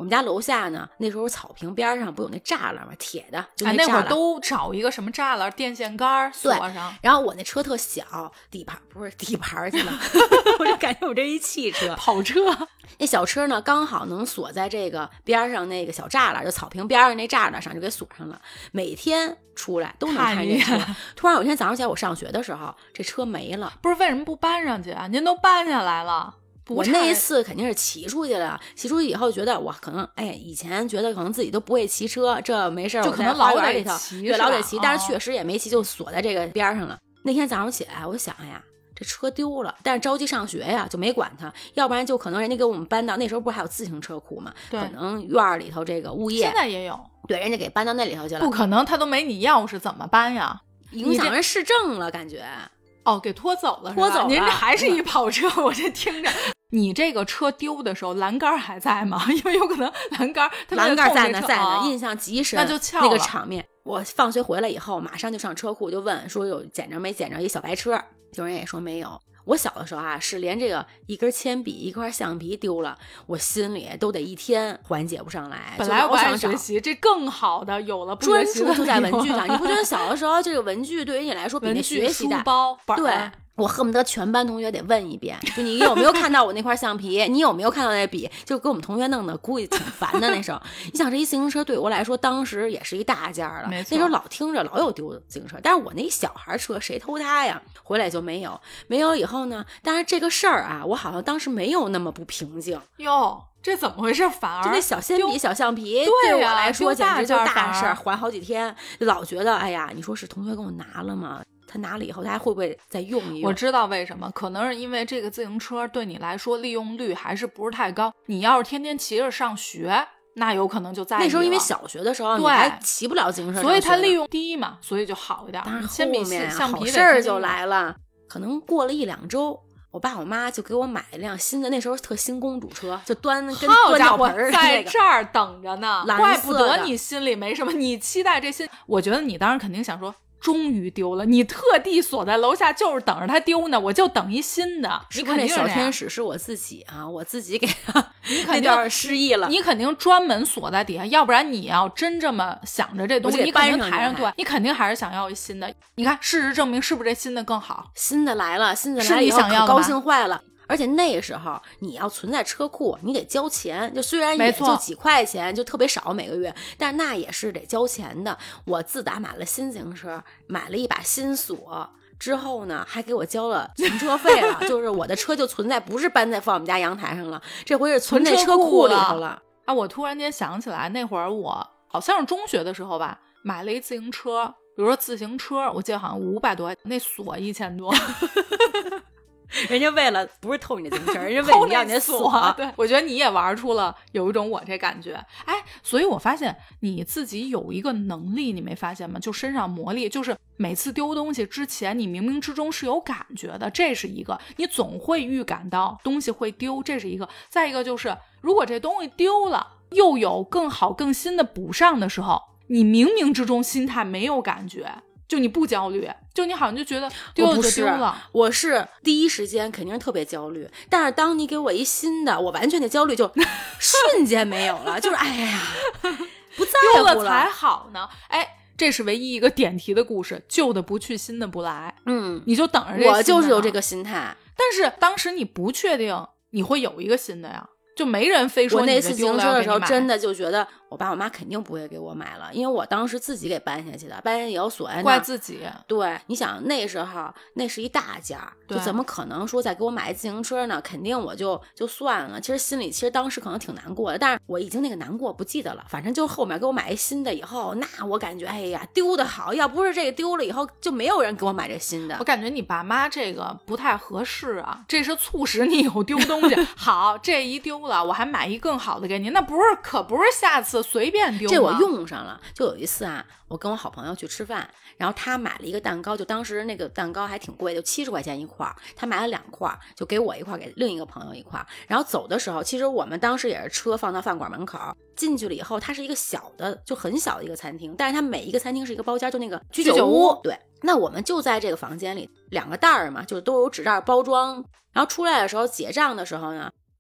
我们家楼下呢，那时候草坪边上不有那栅栏吗？铁的，就那栅栏、 哎、那会儿都找一个什么栅栏、电线杆锁上。 然后我那车特小，底盘不是底盘去了，我就感觉我这一汽车跑车。 那小车呢，刚好能锁在这个边上那个小栅栏，就草坪边上那栅栏上，就给锁上了。每天出来都能看这车。突然有一天早上起来，我上学的时候，这车没了。 不是为什么不搬上去啊？您都搬下来了。 我那一次肯定是骑出去了，骑出去以后觉得我可能，哎，以前觉得可能自己都不会骑车，这没事， 就可能老得骑，对，老得骑，但是确实也没骑，就锁在这个边上了。那天早上起来，我想呀，这车丢了，但是着急上学呀，就没管它，要不然就可能人家给我们搬到那时候不是还有自行车库嘛，可能院里头这个物业现在也有， 对，人家给搬到那里头去了。 不可能，他都没你钥匙，怎么搬呀？ 影响人市政了，感觉。 哦，给拖走了， 拖走了。 您这还是一跑车，我这听着。你这个车丢的时候，栏杆还在吗？因为有可能栏杆， 栏杆在呢，在呢， 哦、 印象极深。 那就翘了。那个场面，我放学回来以后，马上就上车库，就问说有捡着没捡着一小白车，有人也说没有。我小的时候啊，是连这个一根铅笔、一块橡皮丢了，我心里都得一天缓解不上来。 本来我不爱学习，这更好的有了专注就在文具上。你不觉得小的时候这个文具对于你来说比那学习的书包对？我恨不得全班同学得问一遍，就你有没有看到我那块橡皮？你有没有看到那笔？就给我们同学弄的，估计挺烦的那时候。你想，这一自行车对我来说，当时也是一大件了。那时候老听着老有丢自行车，但是我那小孩车谁偷它呀？回来就没有，没有以后呢？但是这个事儿啊，我好像当时没有那么不平静哟。这怎么回事？反而就那小铅笔、小橡皮， 对我来说简直就大事儿，还好几天，老觉得哎呀，你说是同学给我拿了吗？他拿了以后，他还会不会再用一用？ 我知道为什么，可能是因为这个自行车对你来说利用率还是不是太高。你要是天天骑着上学，那有可能就在那时候因为小学的时候你还骑不了自行车， 所以它利用低嘛，所以就好一点。 但是铅笔、橡皮好事儿就来了，可能过了一两周。我爸我妈就给我买一辆新的，那时候特新公主车，就端跟端尿盆儿、那个、 在这儿等着呢。怪不得你心里没什么，你期待这新。我觉得你当时肯定想说，终于丢了，你特地锁在楼下，就是等着它丢呢。我就等一新的。 你肯定小天使是我自己啊，我自己给他， 你肯定失忆了。 你肯定专门锁在底下，要不然你要真这么想着这东西，你肯定抬上对，你肯定还是想要一新的。你看，事实证明，是不是这新的更好？ 新的来了，新的来了以后可高兴坏了。而且那时候你要存在车库，你得交钱，就虽然也就几块钱，就特别少每个月，但那也是得交钱的。我自打买了新自行车，买了一把新锁之后呢，还给我交了停车费了，就是我的车就存在，不是搬在放我们家阳台上了，这回是存在车库里头了。 啊，我突然间想起来，那会儿我好像是中学的时候吧，买了一自行车，比如说自行车，我记得好像五百多，那锁一千多。 人家为了不是偷你的自行车，人家为了要你的锁。 对，我觉得你也玩出了有一种我这感觉。哎，所以我发现你自己有一个能力，你没发现吗？就身上魔力，就是每次丢东西之前，你冥冥之中是有感觉的，这是一个。你总会预感到东西会丢，这是一个。再一个就是，如果这东西丢了，又有更好更新的补上的时候，你冥冥之中心态没有感觉。就你不焦虑，就你好像就觉得丢了就丢了。 我, 我是第一时间肯定特别焦虑，但是当你给我一新的，我完全的焦虑就瞬间没有了，就是哎呀，不在乎了， 丢了才好呢。哎，这是唯一一个点题的故事，旧的不去，新的不来。 嗯， 你就等着这新的。 我就是有这个心态， 但是当时你不确定你会有一个新的呀。就没人非说我那次自行车的时候，真的就觉得我爸我妈肯定不会给我买了，因为我当时自己给搬下去的，搬下去以后锁在那， 怪自己。 对，你想那时候那是一大家，就怎么可能说再给我买自行车呢？肯定我就就算了。其实心里其实当时可能挺难过的，但是我已经那个难过不记得了。反正就后面给我买一新的以后，那我感觉哎呀丢的好，要不是这个丢了以后，就没有人给我买这新的。 我感觉你爸妈这个不太合适啊，这是促使你有丢东西。好，这一丢了，我还买一更好的给你，那不是可不是下次随便丢吗？ 这我用上了。就有一次啊，我跟我好朋友去吃饭，然后他买了一个蛋糕，就当时那个蛋糕还挺贵，就七十块钱一块，他买了两块，就给我一块，给另一个朋友一块。然后走的时候，其实我们当时也是车放到饭馆门口，进去了以后，它是一个小的，就很小的一个餐厅，但是它每一个餐厅是一个包间，就那个居酒屋。对，那我们就在这个房间里，两个袋儿嘛，就都有纸袋包装。然后出来的时候结账的时候呢，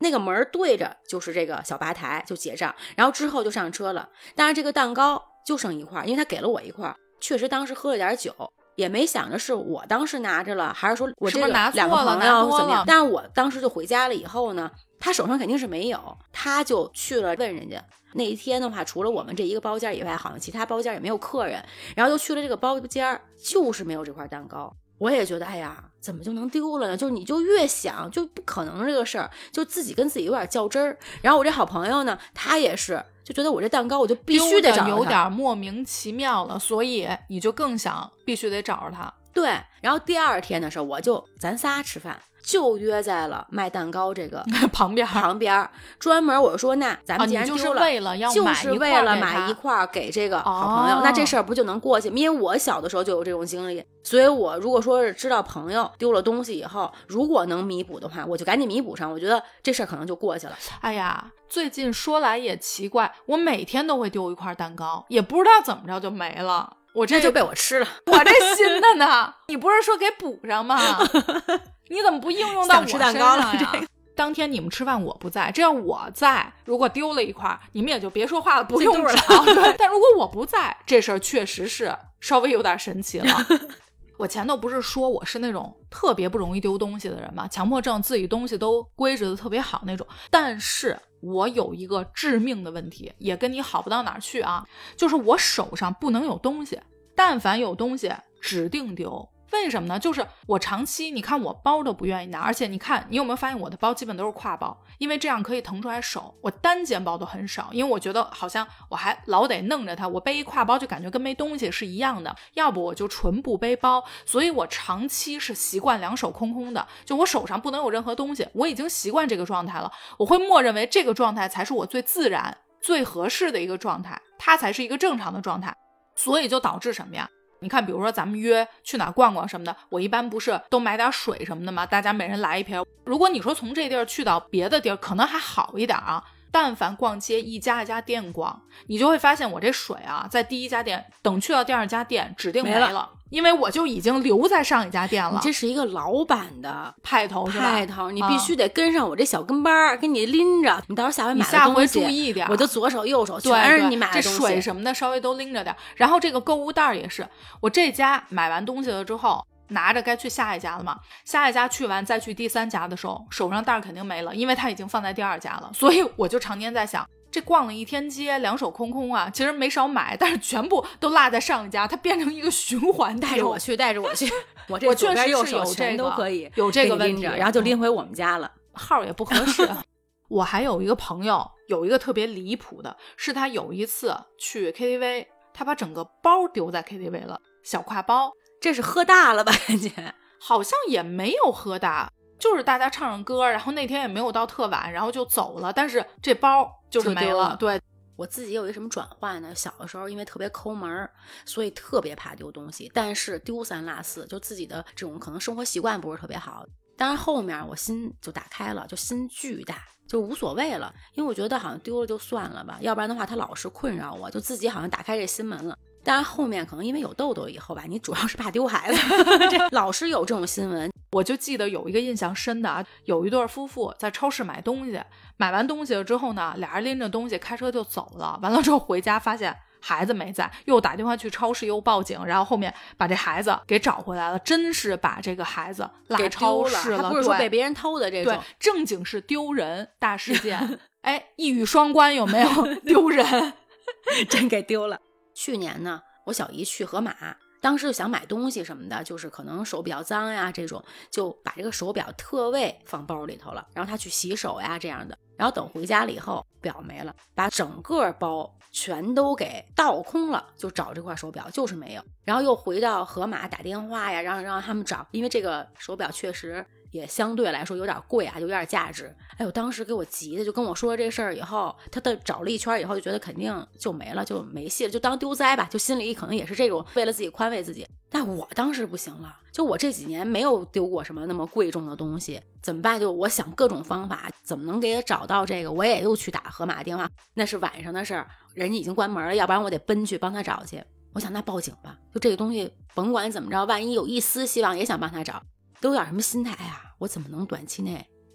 那个门对着就是这个小吧台，就结账，然后之后就上车了。但是这个蛋糕就剩一块，因为他给了我一块，确实当时喝了点酒，也没想着是我当时拿着了，还是说我这个两个朋友怎么样。但是我当时就回家了以后呢，他手上肯定是没有，他就去了问人家。那一天的话，除了我们这一个包间以外，好像其他包间也没有客人，然后就去了这个包间，就是没有这块蛋糕。我也觉得哎呀，怎么就能丢了呢？就你就越想就不可能这个事儿，就自己跟自己有点较真儿。然后我这好朋友呢，他也是就觉得我这蛋糕我就必须得找着他， 有点莫名其妙了，所以你就更想必须得找着他。 对，然后第二天的时候，我就咱仨吃饭，就约在了卖蛋糕这个旁边旁边，专门我说那咱们既然丢了， 哦、就是为了要买就是为了买一块给这个好朋友， 哦、 那这事儿不就能过去？因为我小的时候就有这种经历，所以我如果说是知道朋友丢了东西以后，如果能弥补的话，我就赶紧弥补上，我觉得这事儿可能就过去了。 哎呀，最近说来也奇怪，我每天都会丢一块蛋糕，也不知道怎么着就没了。我这就被我吃了， 我这新的呢，你不是说给补上吗？你怎么不应用到我身上呀？ 想吃蛋糕了，这个当天你们吃饭我不在，这样我在，如果丢了一块，你们也就别说话了，不用找。对，但如果我不在，这事儿确实是稍微有点神奇了。我前头不是说我是那种特别不容易丢东西的人吗？强迫症，自己东西都归置的特别好那种。但是我有一个致命的问题，也跟你好不到哪儿去啊，就是我手上不能有东西，但凡有东西指定丢。为什么呢？就是我长期你看我包都不愿意拿，而且你看你有没有发现我的包基本都是挎包，因为这样可以腾出来手。我单肩包都很少，因为我觉得好像我还老得弄着它，我背一挎包就感觉跟没东西是一样的，要不我就纯不背包。所以我长期是习惯两手空空的，就我手上不能有任何东西，我已经习惯这个状态了，我会默认为这个状态才是我最自然最合适的一个状态，它才是一个正常的状态。所以就导致什么呀？你看比如说咱们约去哪逛逛什么的，我一般不是都买点水什么的吗？大家每人来一瓶。如果你说从这地儿去到别的地儿可能还好一点啊，但凡逛街一家一家店逛，你就会发现我这水啊在第一家店等去到第二家店指定没了，没了，因为我就已经留在上一家店了。 你这是一个老板的派头是吧？ 派头，你必须得跟上我这小跟班，给你拎着。你到时候下回买的东西， 你下回注意一点， 我就左手右手全是你买的东西。 这水什么的稍微都拎着点。然后这个购物袋也是，我这家买完东西了之后，拿着该去下一家了嘛，下一家去完再去第三家的时候，手上袋肯定没了，因为它已经放在第二家了。所以我就常年在想，这逛了一天街，两手空空啊，其实没少买，但是全部都落在上一家，它变成一个循环。 带着我去，带着我去，我这我确实右是有这个都可以有这个问题， 然后就拎回我们家了， 嗯、号也不合适。我还有一个朋友，有一个特别离谱的，是他有一次去 K T V， 他把整个包丢在 K T V 了，小挎包。 这是喝大了吧？感觉好像也没有喝大，就是大家唱唱歌，然后那天也没有到特晚，然后就走了，但是这包就是没了。 了对， 我自己有一个什么转换呢？小的时候因为特别抠门，所以特别怕丢东西，但是丢三落四，就自己的这种可能生活习惯不是特别好。当然后面我心就打开了，就心巨大，就无所谓了，因为我觉得好像丢了就算了吧，要不然的话它老是困扰我，就自己好像打开这心门了。当然后面可能因为有痘痘以后吧，你主要是怕丢孩子这老是有这种新闻。 我就记得有一个印象深的啊，有一对夫妇在超市买东西，买完东西了之后呢，俩人拎着东西开车就走了，完了之后回家发现孩子没在，又打电话去超市又报警，然后后面把这孩子给找回来了，真是把这个孩子落超市了， 他不是说被别人偷的这种， 对，正经是丢人大事件。哎，一语双关有没有？丢人真给丢了。去年呢，我小姨去盒马，当时就想买东西什么的，就是可能手比较脏呀这种，就把这个手表特位放包里头了，然后她去洗手呀这样的，然后等回家了以后表没了，把整个包全都给倒空了，就找这块手表就是没有，然后又回到盒马打电话呀，让让他们找，因为这个手表确实也相对来说有点贵啊，有点价值。哎呦，当时给我急的，就跟我说这事儿以后，他的找了一圈以后就觉得肯定就没了，就没戏了，就当丢灾吧，就心里可能也是这种为了自己宽慰自己。但我当时不行了，就我这几年没有丢过什么那么贵重的东西，怎么办？就我想各种方法，怎么能给他找到这个？我也又去打盒马电话，那是晚上的事儿，人家已经关门了，要不然我得奔去帮他找去。我想那报警吧，就这个东西甭管怎么着，万一有一丝希望也想帮他找，都有点什么心态呀？我怎么能短期内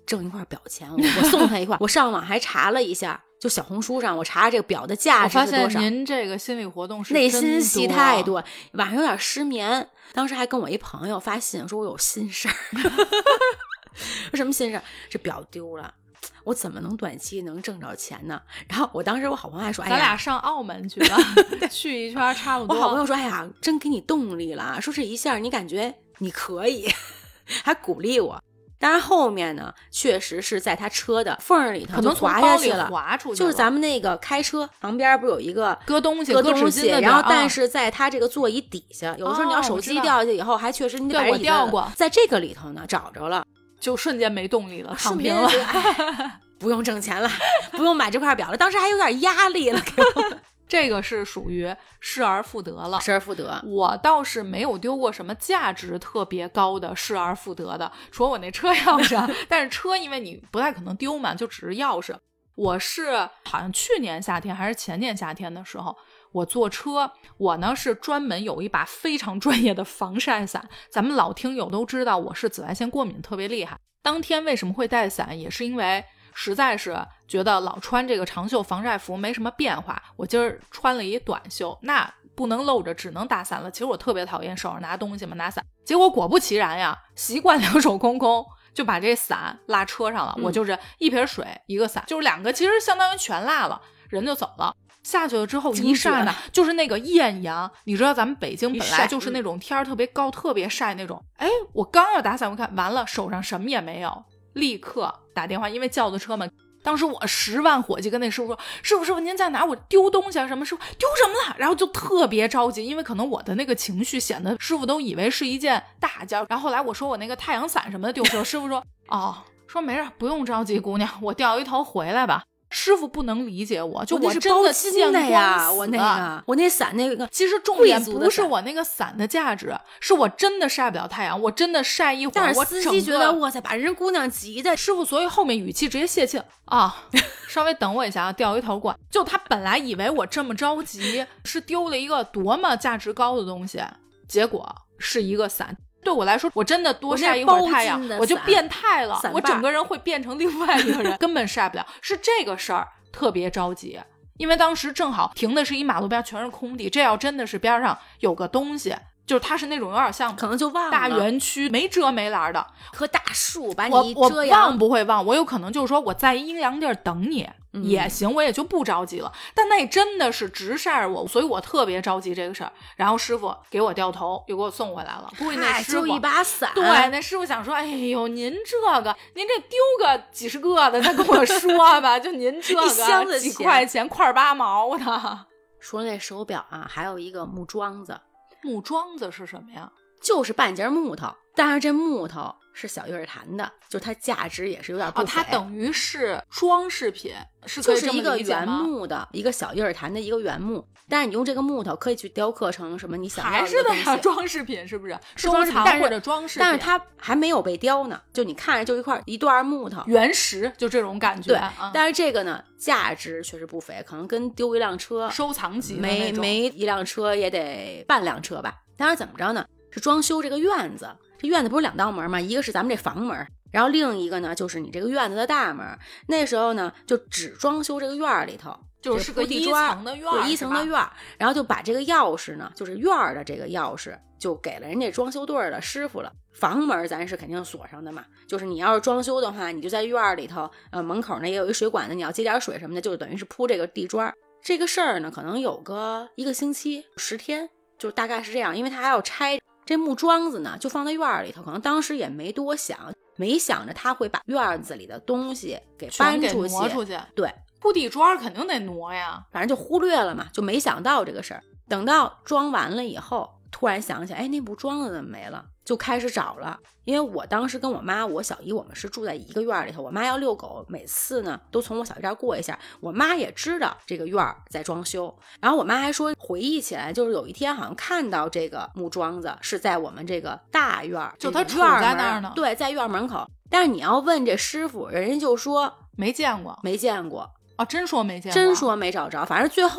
挣一块表钱，我我送他一块。我上网还查了一下，就小红书上我查这个表的价值是多少。 我发现您这个心理活动是内心戏太多，晚上有点失眠。当时还跟我一朋友发信说我有心事儿，说什么心事儿？这表丢了。我怎么能短期能挣着钱呢？然后我当时我好朋友还说，哎呀， 咱俩上澳门去了，去一圈差不多。 我好朋友说，哎呀，真给你动力了，说这一下你感觉你可以，还鼓励我。当然后面呢，确实是在他车的缝里头就滑下去了， 滑出去了。 就是咱们那个开车旁边不是有一个搁东西、 搁东西，然后但是在他这个座椅底下， 哦、 有的时候你要手机掉下去以后，还确实你得把我掉过， 在这个里头呢找着了， 就瞬间没动力了，躺平了。 不用挣钱了，不用买这块表了，当时还有点压力了给我。 这个是属于失而复得了， 失而复得。 我倒是没有丢过什么价值特别高的失而复得的，除了我那车钥匙。但是车因为你不太可能丢嘛，就只是钥匙。我是好像去年夏天还是前年夏天的时候，我坐车，我呢是专门有一把非常专业的防晒伞。咱们老听友都知道我是紫外线过敏特别厉害，当天为什么会带伞，也是因为实在是觉得老穿这个长袖防晒服没什么变化，我今儿穿了一短袖，那不能露着，只能打伞了。其实我特别讨厌手上拿东西嘛，拿伞。结果果不其然呀，习惯两手空空就把这伞拉车上了、嗯、我就是一瓶水一个伞，就是两个其实相当于全拉了，人就走了。下去了之后一刹那就是那个艳阳，你知道咱们北京本来就是那种天特别高特别晒那种，哎，我刚要打伞，我看完了手上什么也没有，立刻打电话，因为轿子车嘛，当时我十万火急跟那师傅说，师傅师傅您在哪，我丢东西啊什么，师傅丢什么了，然后就特别着急，因为可能我的那个情绪显得师傅都以为是一件大件。然后后来我说我那个太阳伞什么的丢失了，师傅说哦，说没事不用着急姑娘，我掉一头回来吧。师傅不能理解我，就我真的见光死呀！我那个，我那伞那个， 其实重点不是我那个伞的价值，是我真的晒不了太阳，我真的晒一会儿， 但是司机觉得哇塞，把人姑娘急的。 师傅所以后面语气直接泄气啊，稍微等我一下啊，掉一头过来。就他本来以为我这么着急是丢了一个多么价值高的东西，结果是一个伞。对我来说，我真的多晒一会儿太阳，我就变态了，我整个人会变成另外一个人，根本晒不了。是这个事儿特别着急，因为当时正好停的是一马路边全是空地，这要真的是边上有个东西，就是它是那种有点像可能就忘了大园区没遮没拦的棵大树把你遮阳， 我忘不会忘，我有可能就是说我在阴凉地儿等你、嗯、也行，我也就不着急了。但那真的是直晒着我，所以我特别着急这个事儿。然后师傅给我掉头又给我送回来了，估计那师傅就一把伞， 对，那师傅想说，哎呦您这个您这丢个几十个的再跟我说吧，就您这个一箱子几块钱块八毛的。 说那手表啊，还有一个木桩子。 木桩子是什么呀？ 就是半截木头，但是这木头是小叶檀的，就它价值也是有点不菲。 哦，它等于是装饰品，是可以就是一个原木的一个小叶檀的一个原木，但是你用这个木头可以去雕刻成什么你想要的东西， 还是的装饰品，是不是？ 是装饰品或者装饰品， 但是它还没有被雕呢，就你看着就一块一段木头， 原石，就这种感觉。 对，嗯、但是这个呢，价值确实不菲，可能跟丢一辆车收藏级的那没种， 没一辆车也得半辆车吧。当然怎么着呢？是装修这个院子，这院子不是两道门吗？一个是咱们这房门，然后另一个呢就是你这个院子的大门。那时候呢就只装修这个院里头， 就是个一层的院， 对，一层的院，然后就把这个钥匙呢，就是院的这个钥匙就给了人家装修队的师傅了。房门咱是肯定锁上的嘛，就是你要是装修的话，你就在院里头，呃，门口呢也有一水管子，你要接点水什么的，就等于是铺这个地砖。这个事儿呢可能有个一个星期十天，就大概是这样，因为他还要拆这木桩子呢，就放在院里头，可能当时也没多想，没想着他会把院子里的东西给搬出去， 挪出去。 对， 铺地砖肯定得挪呀， 反正就忽略了嘛，就没想到这个事儿。等到装完了以后，突然想起来，哎，那木桩子怎么没了？就开始找了。因为我当时跟我妈我小姨我们是住在一个院里头，我妈要遛狗，每次呢都从我小姨这儿过一下，我妈也知道这个院在装修，然后我妈还说回忆起来，就是有一天好像看到这个木桩子是在我们这个大院， 就它处在那儿呢， 对，在院门口。但是你要问这师傅，人家就说没见过， 没见过哦，真说没见过， 真说没找着。反正最后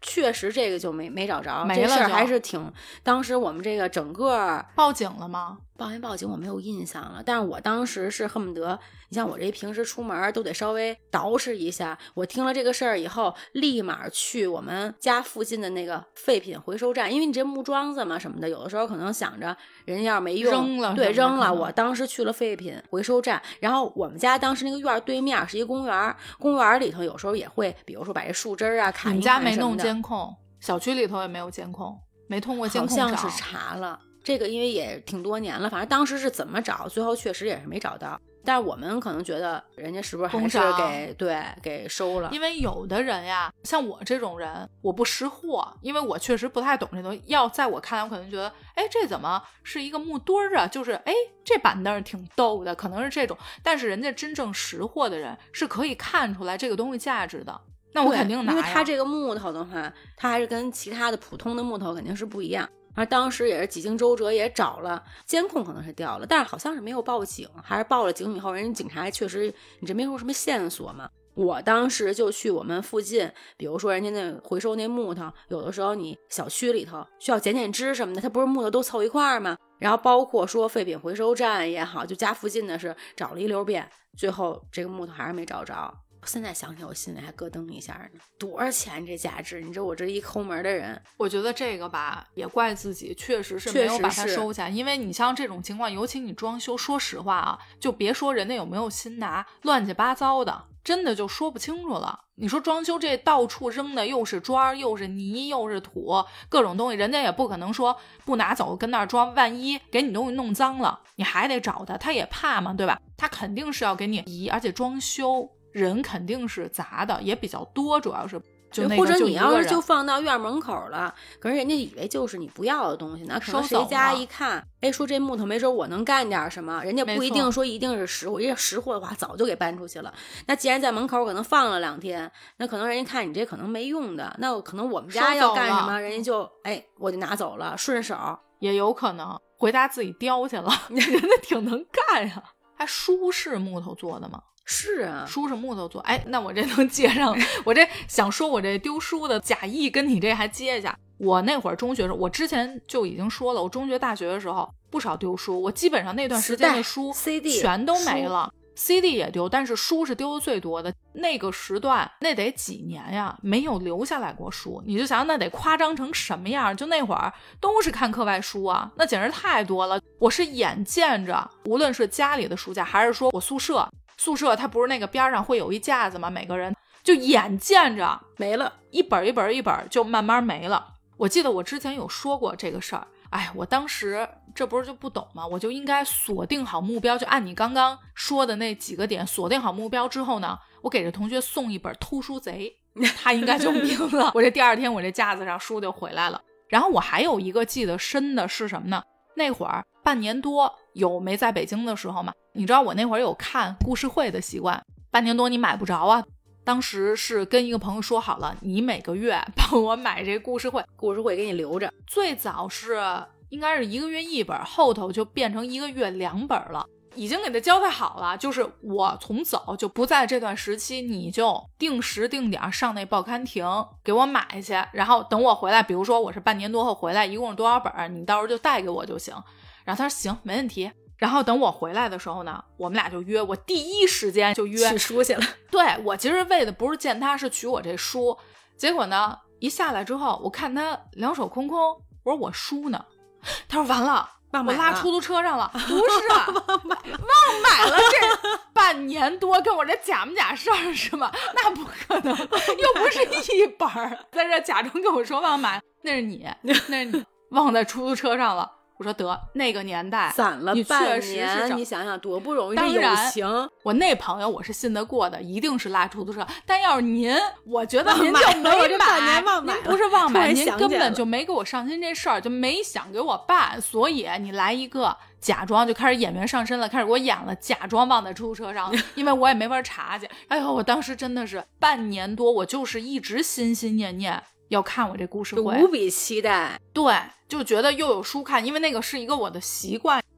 确实这个就没没找着， 没了就这事儿还是挺，当时我们这个整个报警了吗？ 报没报警我没有印象了，但是我当时是恨不得，你像我这平时出门都得稍微捯饬一下，我听了这个事儿以后，立马去我们家附近的那个废品回收站，因为你这木桩子嘛什么的，有的时候可能想着人家要是没用扔了， 对，扔了。我当时去了废品回收站，然后我们家当时那个院对面是一公园，公园里头有时候也会，比如说把这树枝啊砍一砍什么的。 你们家没弄监控？小区里头也没有监控，没通过监控找？ 好像是查了。这个因为也挺多年了，反正当时是怎么找，最后确实也是没找到。但是我们可能觉得人家是不是还是给对给收了？ 因为有的人呀，像我这种人，我不识货，因为我确实不太懂这东西。要在我看来，我可能觉得，哎，这怎么是一个木墩儿啊？就是哎，这板凳挺逗的，可能是这种。但是人家真正识货的人是可以看出来这个东西价值的。那我肯定拿呀， 因为它这个木头的话，它还是跟其他的普通的木头肯定是不一样。而当时也是几经周折，也找了监控，可能是掉了，但是好像是没有报警，还是报了警以后，人家警察确实你这没有什么线索嘛。我当时就去我们附近，比如说人家那回收那木头，有的时候你小区里头需要剪剪枝什么的，它不是木头都凑一块吗？然后包括说废品回收站也好，就家附近的是找了一溜遍，最后这个木头还是没找着。现在想起我心里还咯噔一下呢，多少钱这价值？你知道我这一抠门的人， 我觉得这个吧也怪自己，确实是没有把它收下。因为你像这种情况，尤其你装修，说实话啊，就别说人家有没有心拿，乱七八糟的，真的就说不清楚了。你说装修这到处扔的又是砖又是泥又是土，各种东西，人家也不可能说不拿走跟那儿装，万一给你东西弄脏了，你还得找他，他也怕嘛，对吧？他肯定是要给你移，而且装修人肯定是杂的，也比较多，主要是就那个或者你要是就放到院门口了，可是人家以为就是你不要的东西呢，可能谁家一看，哎，说这木头没准我能干点什么，人家不一定说一定是实货，人家实货的话早就给搬出去了。那既然在门口可能放了两天，那可能人家看你这可能没用的，那可能我们家要干什么，人家就哎我就拿走了，顺手。 也有可能回家自己雕去了，人家挺能干呀。还书是木头做的吗？ 是啊， 书是木头做。哎，那我这能接上我这想说我这丢书的假意跟你这还接一下。我那会儿中学的时候，我之前就已经说了，我中学大学的时候不少丢书，我基本上那段时间的书 C D 全都没了， C D 也丢，但是书是丢的最多的。那个时段那得几年呀，没有留下来过书，你就想那得夸张成什么样，就那会儿都是看课外书啊，那简直太多了。我是眼见着无论是家里的书架还是说我宿舍宿舍它不是那个边上会有一架子吗？每个人就眼见着没了， 一本一本一本就慢慢没了。我记得我之前有说过这个事儿，哎，我当时这不是就不懂吗？我就应该锁定好目标，就按你刚刚说的那几个点锁定好目标之后呢，我给这同学送一本偷书贼，他应该就明了。我这第二天我这架子上书就回来了。然后我还有一个记得深的是什么呢？那会儿半年多有没在北京的时候嘛，你知道我那会儿有看故事会的习惯，半年多你买不着啊。当时是跟一个朋友说好了，你每个月帮我买这故事会， 故事会给你留着。 最早是应该是一个月一本，后头就变成一个月两本了，已经给他交代好了，就是我从走就不在这段时期，你就定时定点上那报刊亭给我买去，然后等我回来，比如说我是半年多后回来，一共是多少本，你到时候就带给我就行。然后他说行，没问题。然后等我回来的时候呢，我们俩就约，我第一时间就约取书去了。 对，我其实为的不是见他，是取我这书。结果呢，一下来之后，我看他两手空空，我说我书呢？他说完了，我拉出租车上了。不是忘买了，忘买了，这半年多跟我这假不假事儿是吧？那不可能，又不是一本儿，在这假装跟我说忘买，那是你，那是你忘在出租车上了。我说得，那个年代攒了半年， 你你想想多不容易。当然， 友情， 我那朋友我是信得过的，一定是拉出租车。但要是您，我觉得您就没买， 您不是忘买，您根本就没给我上心这事儿，就没想给我办。所以你来一个假装，就开始演员上身了，开始给我演了，假装忘在出租车上，因为我也没法查去。哎呦，我当时真的是半年多，我就是一直心心念念要看我这故事会， 无比期待。 对，就觉得又有书看，因为那个是一个我的习惯。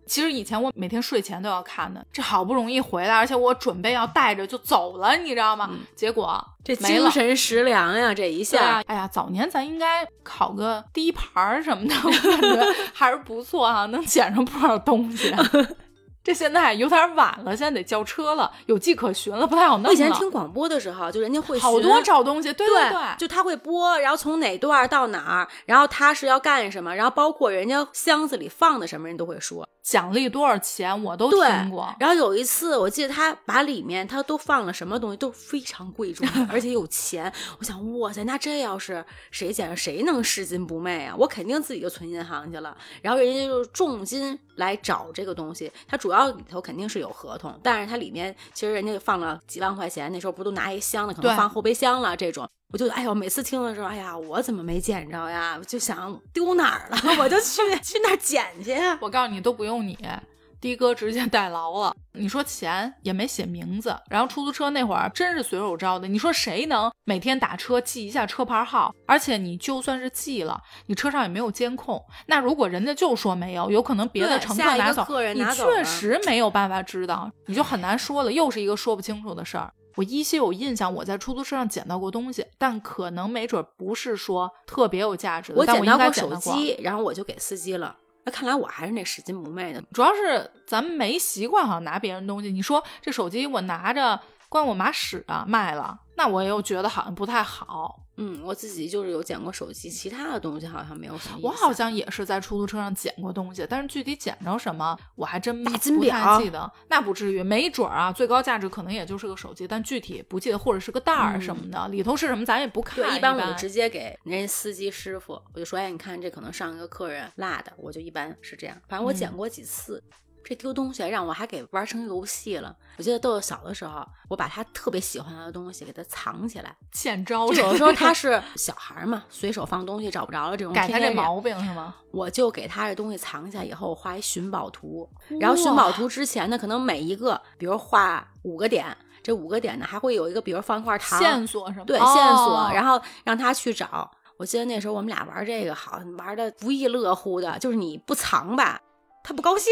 其实以前我每天睡前都要看的，这好不容易回来，而且我准备要带着就走了，你知道吗？嗯、结果这精神食粮呀，这一下， 哎呀，早年咱应该考个第一盘什么的，我感觉还是不错啊，能捡上不少东西。这现在有点晚了，现在得叫车了，有迹可循了，不太好弄了。 我以前听广播的时候，就人家会好多找东西，对对对，就他会播，然后从哪段到哪儿，然后他是要干什么，然后包括人家箱子里放的什么，人都会说。 奖励多少钱我都听过。 然后有一次我记得他把里面他都放了什么东西都非常贵重的而且有钱，我想哇塞，那这要是谁捡着谁能拾金不昧啊，我肯定自己就存银行去了。然后人家就是重金来找这个东西，他主要里头肯定是有合同，但是他里面其实人家放了几万块钱，那时候不都拿一箱的，可能放后备箱了这种。我就哎呦，每次听的时候，哎呀，我怎么没捡着呀？我就想丢哪儿了，我就去去那儿捡去呀。 我告诉你，都不用你，的哥直接代劳了。你说钱也没写名字，然后出租车那会儿真是随手招的。你说谁能每天打车记一下车牌号？而且你就算是记了，你车上也没有监控。那如果人家就说没有，有可能别的乘客拿走， 客人拿走你确实没有办法知道，你就很难说了，又是一个说不清楚的事儿。我依稀有印象，我在出租车上捡到过东西，但可能没准不是说特别有价值的。 我捡到过手机，然后我就给司机了。那看来我还是那拾金不昧的， 主要是咱们没习惯好像拿别人东西。你说这手机我拿着关我妈屎啊，卖了，那我又觉得好像不太好。 嗯，我自己就是有捡过手机，其他的东西好像没有什么意思。 我好像也是在出租车上捡过东西，但是具体捡着什么我还真不太记得。那不至于，没准啊，最高价值可能也就是个手机，但具体不记得，或者是个袋儿什么的、嗯、里头是什么咱也不看。 对，一般我就直接给人家司机师傅，我就说哎，你看这可能上一个客人落的，我就一般是这样。反正我捡过几次、嗯这丢东西让我还给玩成游戏了。我记得豆豆小的时候，我把他特别喜欢的东西给他藏起来， 欠招。 就有的时候他是小孩嘛，随手放东西找不着了，这种改他这毛病是吗？ 我就给他这东西藏起来以后，我画一寻宝图，然后寻宝图之前呢，可能每一个，比如画五个点，这五个点呢还会有一个，比如放一块糖， 线索什么？ 对， 哦、 线索，然后让他去找。我记得那时候我们俩玩这个，好玩的不亦乐乎的，就是你不藏吧，他不高兴。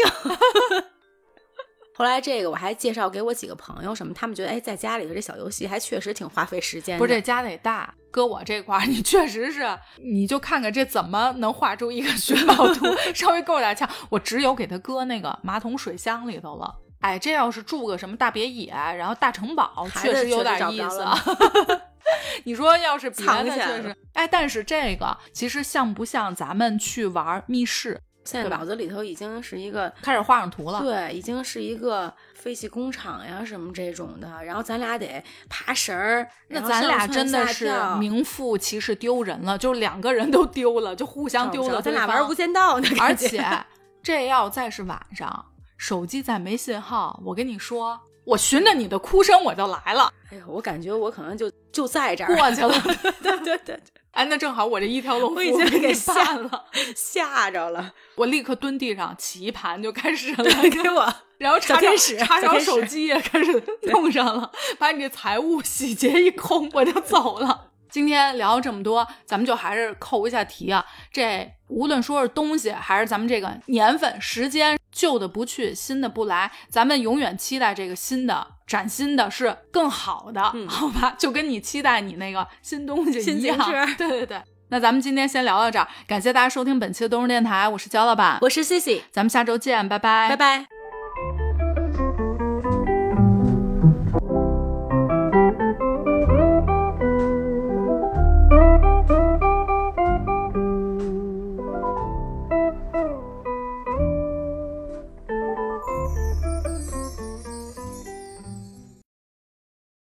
后来这个我还介绍给我几个朋友什么，他们觉得哎，在家里的这小游戏还确实挺花费时间的。 不是这家得大，搁我这块儿你确实是，你就看看这怎么能画出一个寻宝图，稍微够点呛。我只有给他搁那个马桶水箱里头了。哎，这要是住个什么大别野，然后大城堡，确实有点意思。你说要是别的确实，哎，但是这个其实像不像咱们去玩密室？ 现在脑子里头已经是一个开始画上图了， 对，已经是一个废弃工厂呀什么这种的，然后咱俩得爬绳儿， 那咱俩真的是名副其实丢人了，就两个人都丢了，就互相丢了， 咱俩玩无间道呢， 而且这要再是晚上，手机再没信号，我跟你说，我循着你的哭声我就来了。 哎呦，我感觉我可能就就在这儿过去了， 对对对。 哎，那正好我这一条龙我已经给吓了， 吓着了。 我立刻蹲地上起一盘就开始了， 给我， 然后插上始插上手机也开始弄上了，把你这财物洗劫一空，我就走了。今天聊这么多，咱们就还是扣一下题啊。这无论说是东西，还是咱们这个年份、时间，旧的不去，新的不来，咱们永远期待这个新的、崭新的是更好的，嗯、好吧？就跟你期待你那个新东西一样。对对对。那咱们今天先聊到这儿，感谢大家收听本期的东日电台，我是焦老板， 我是 C C， 咱们下周见，拜拜， 拜拜。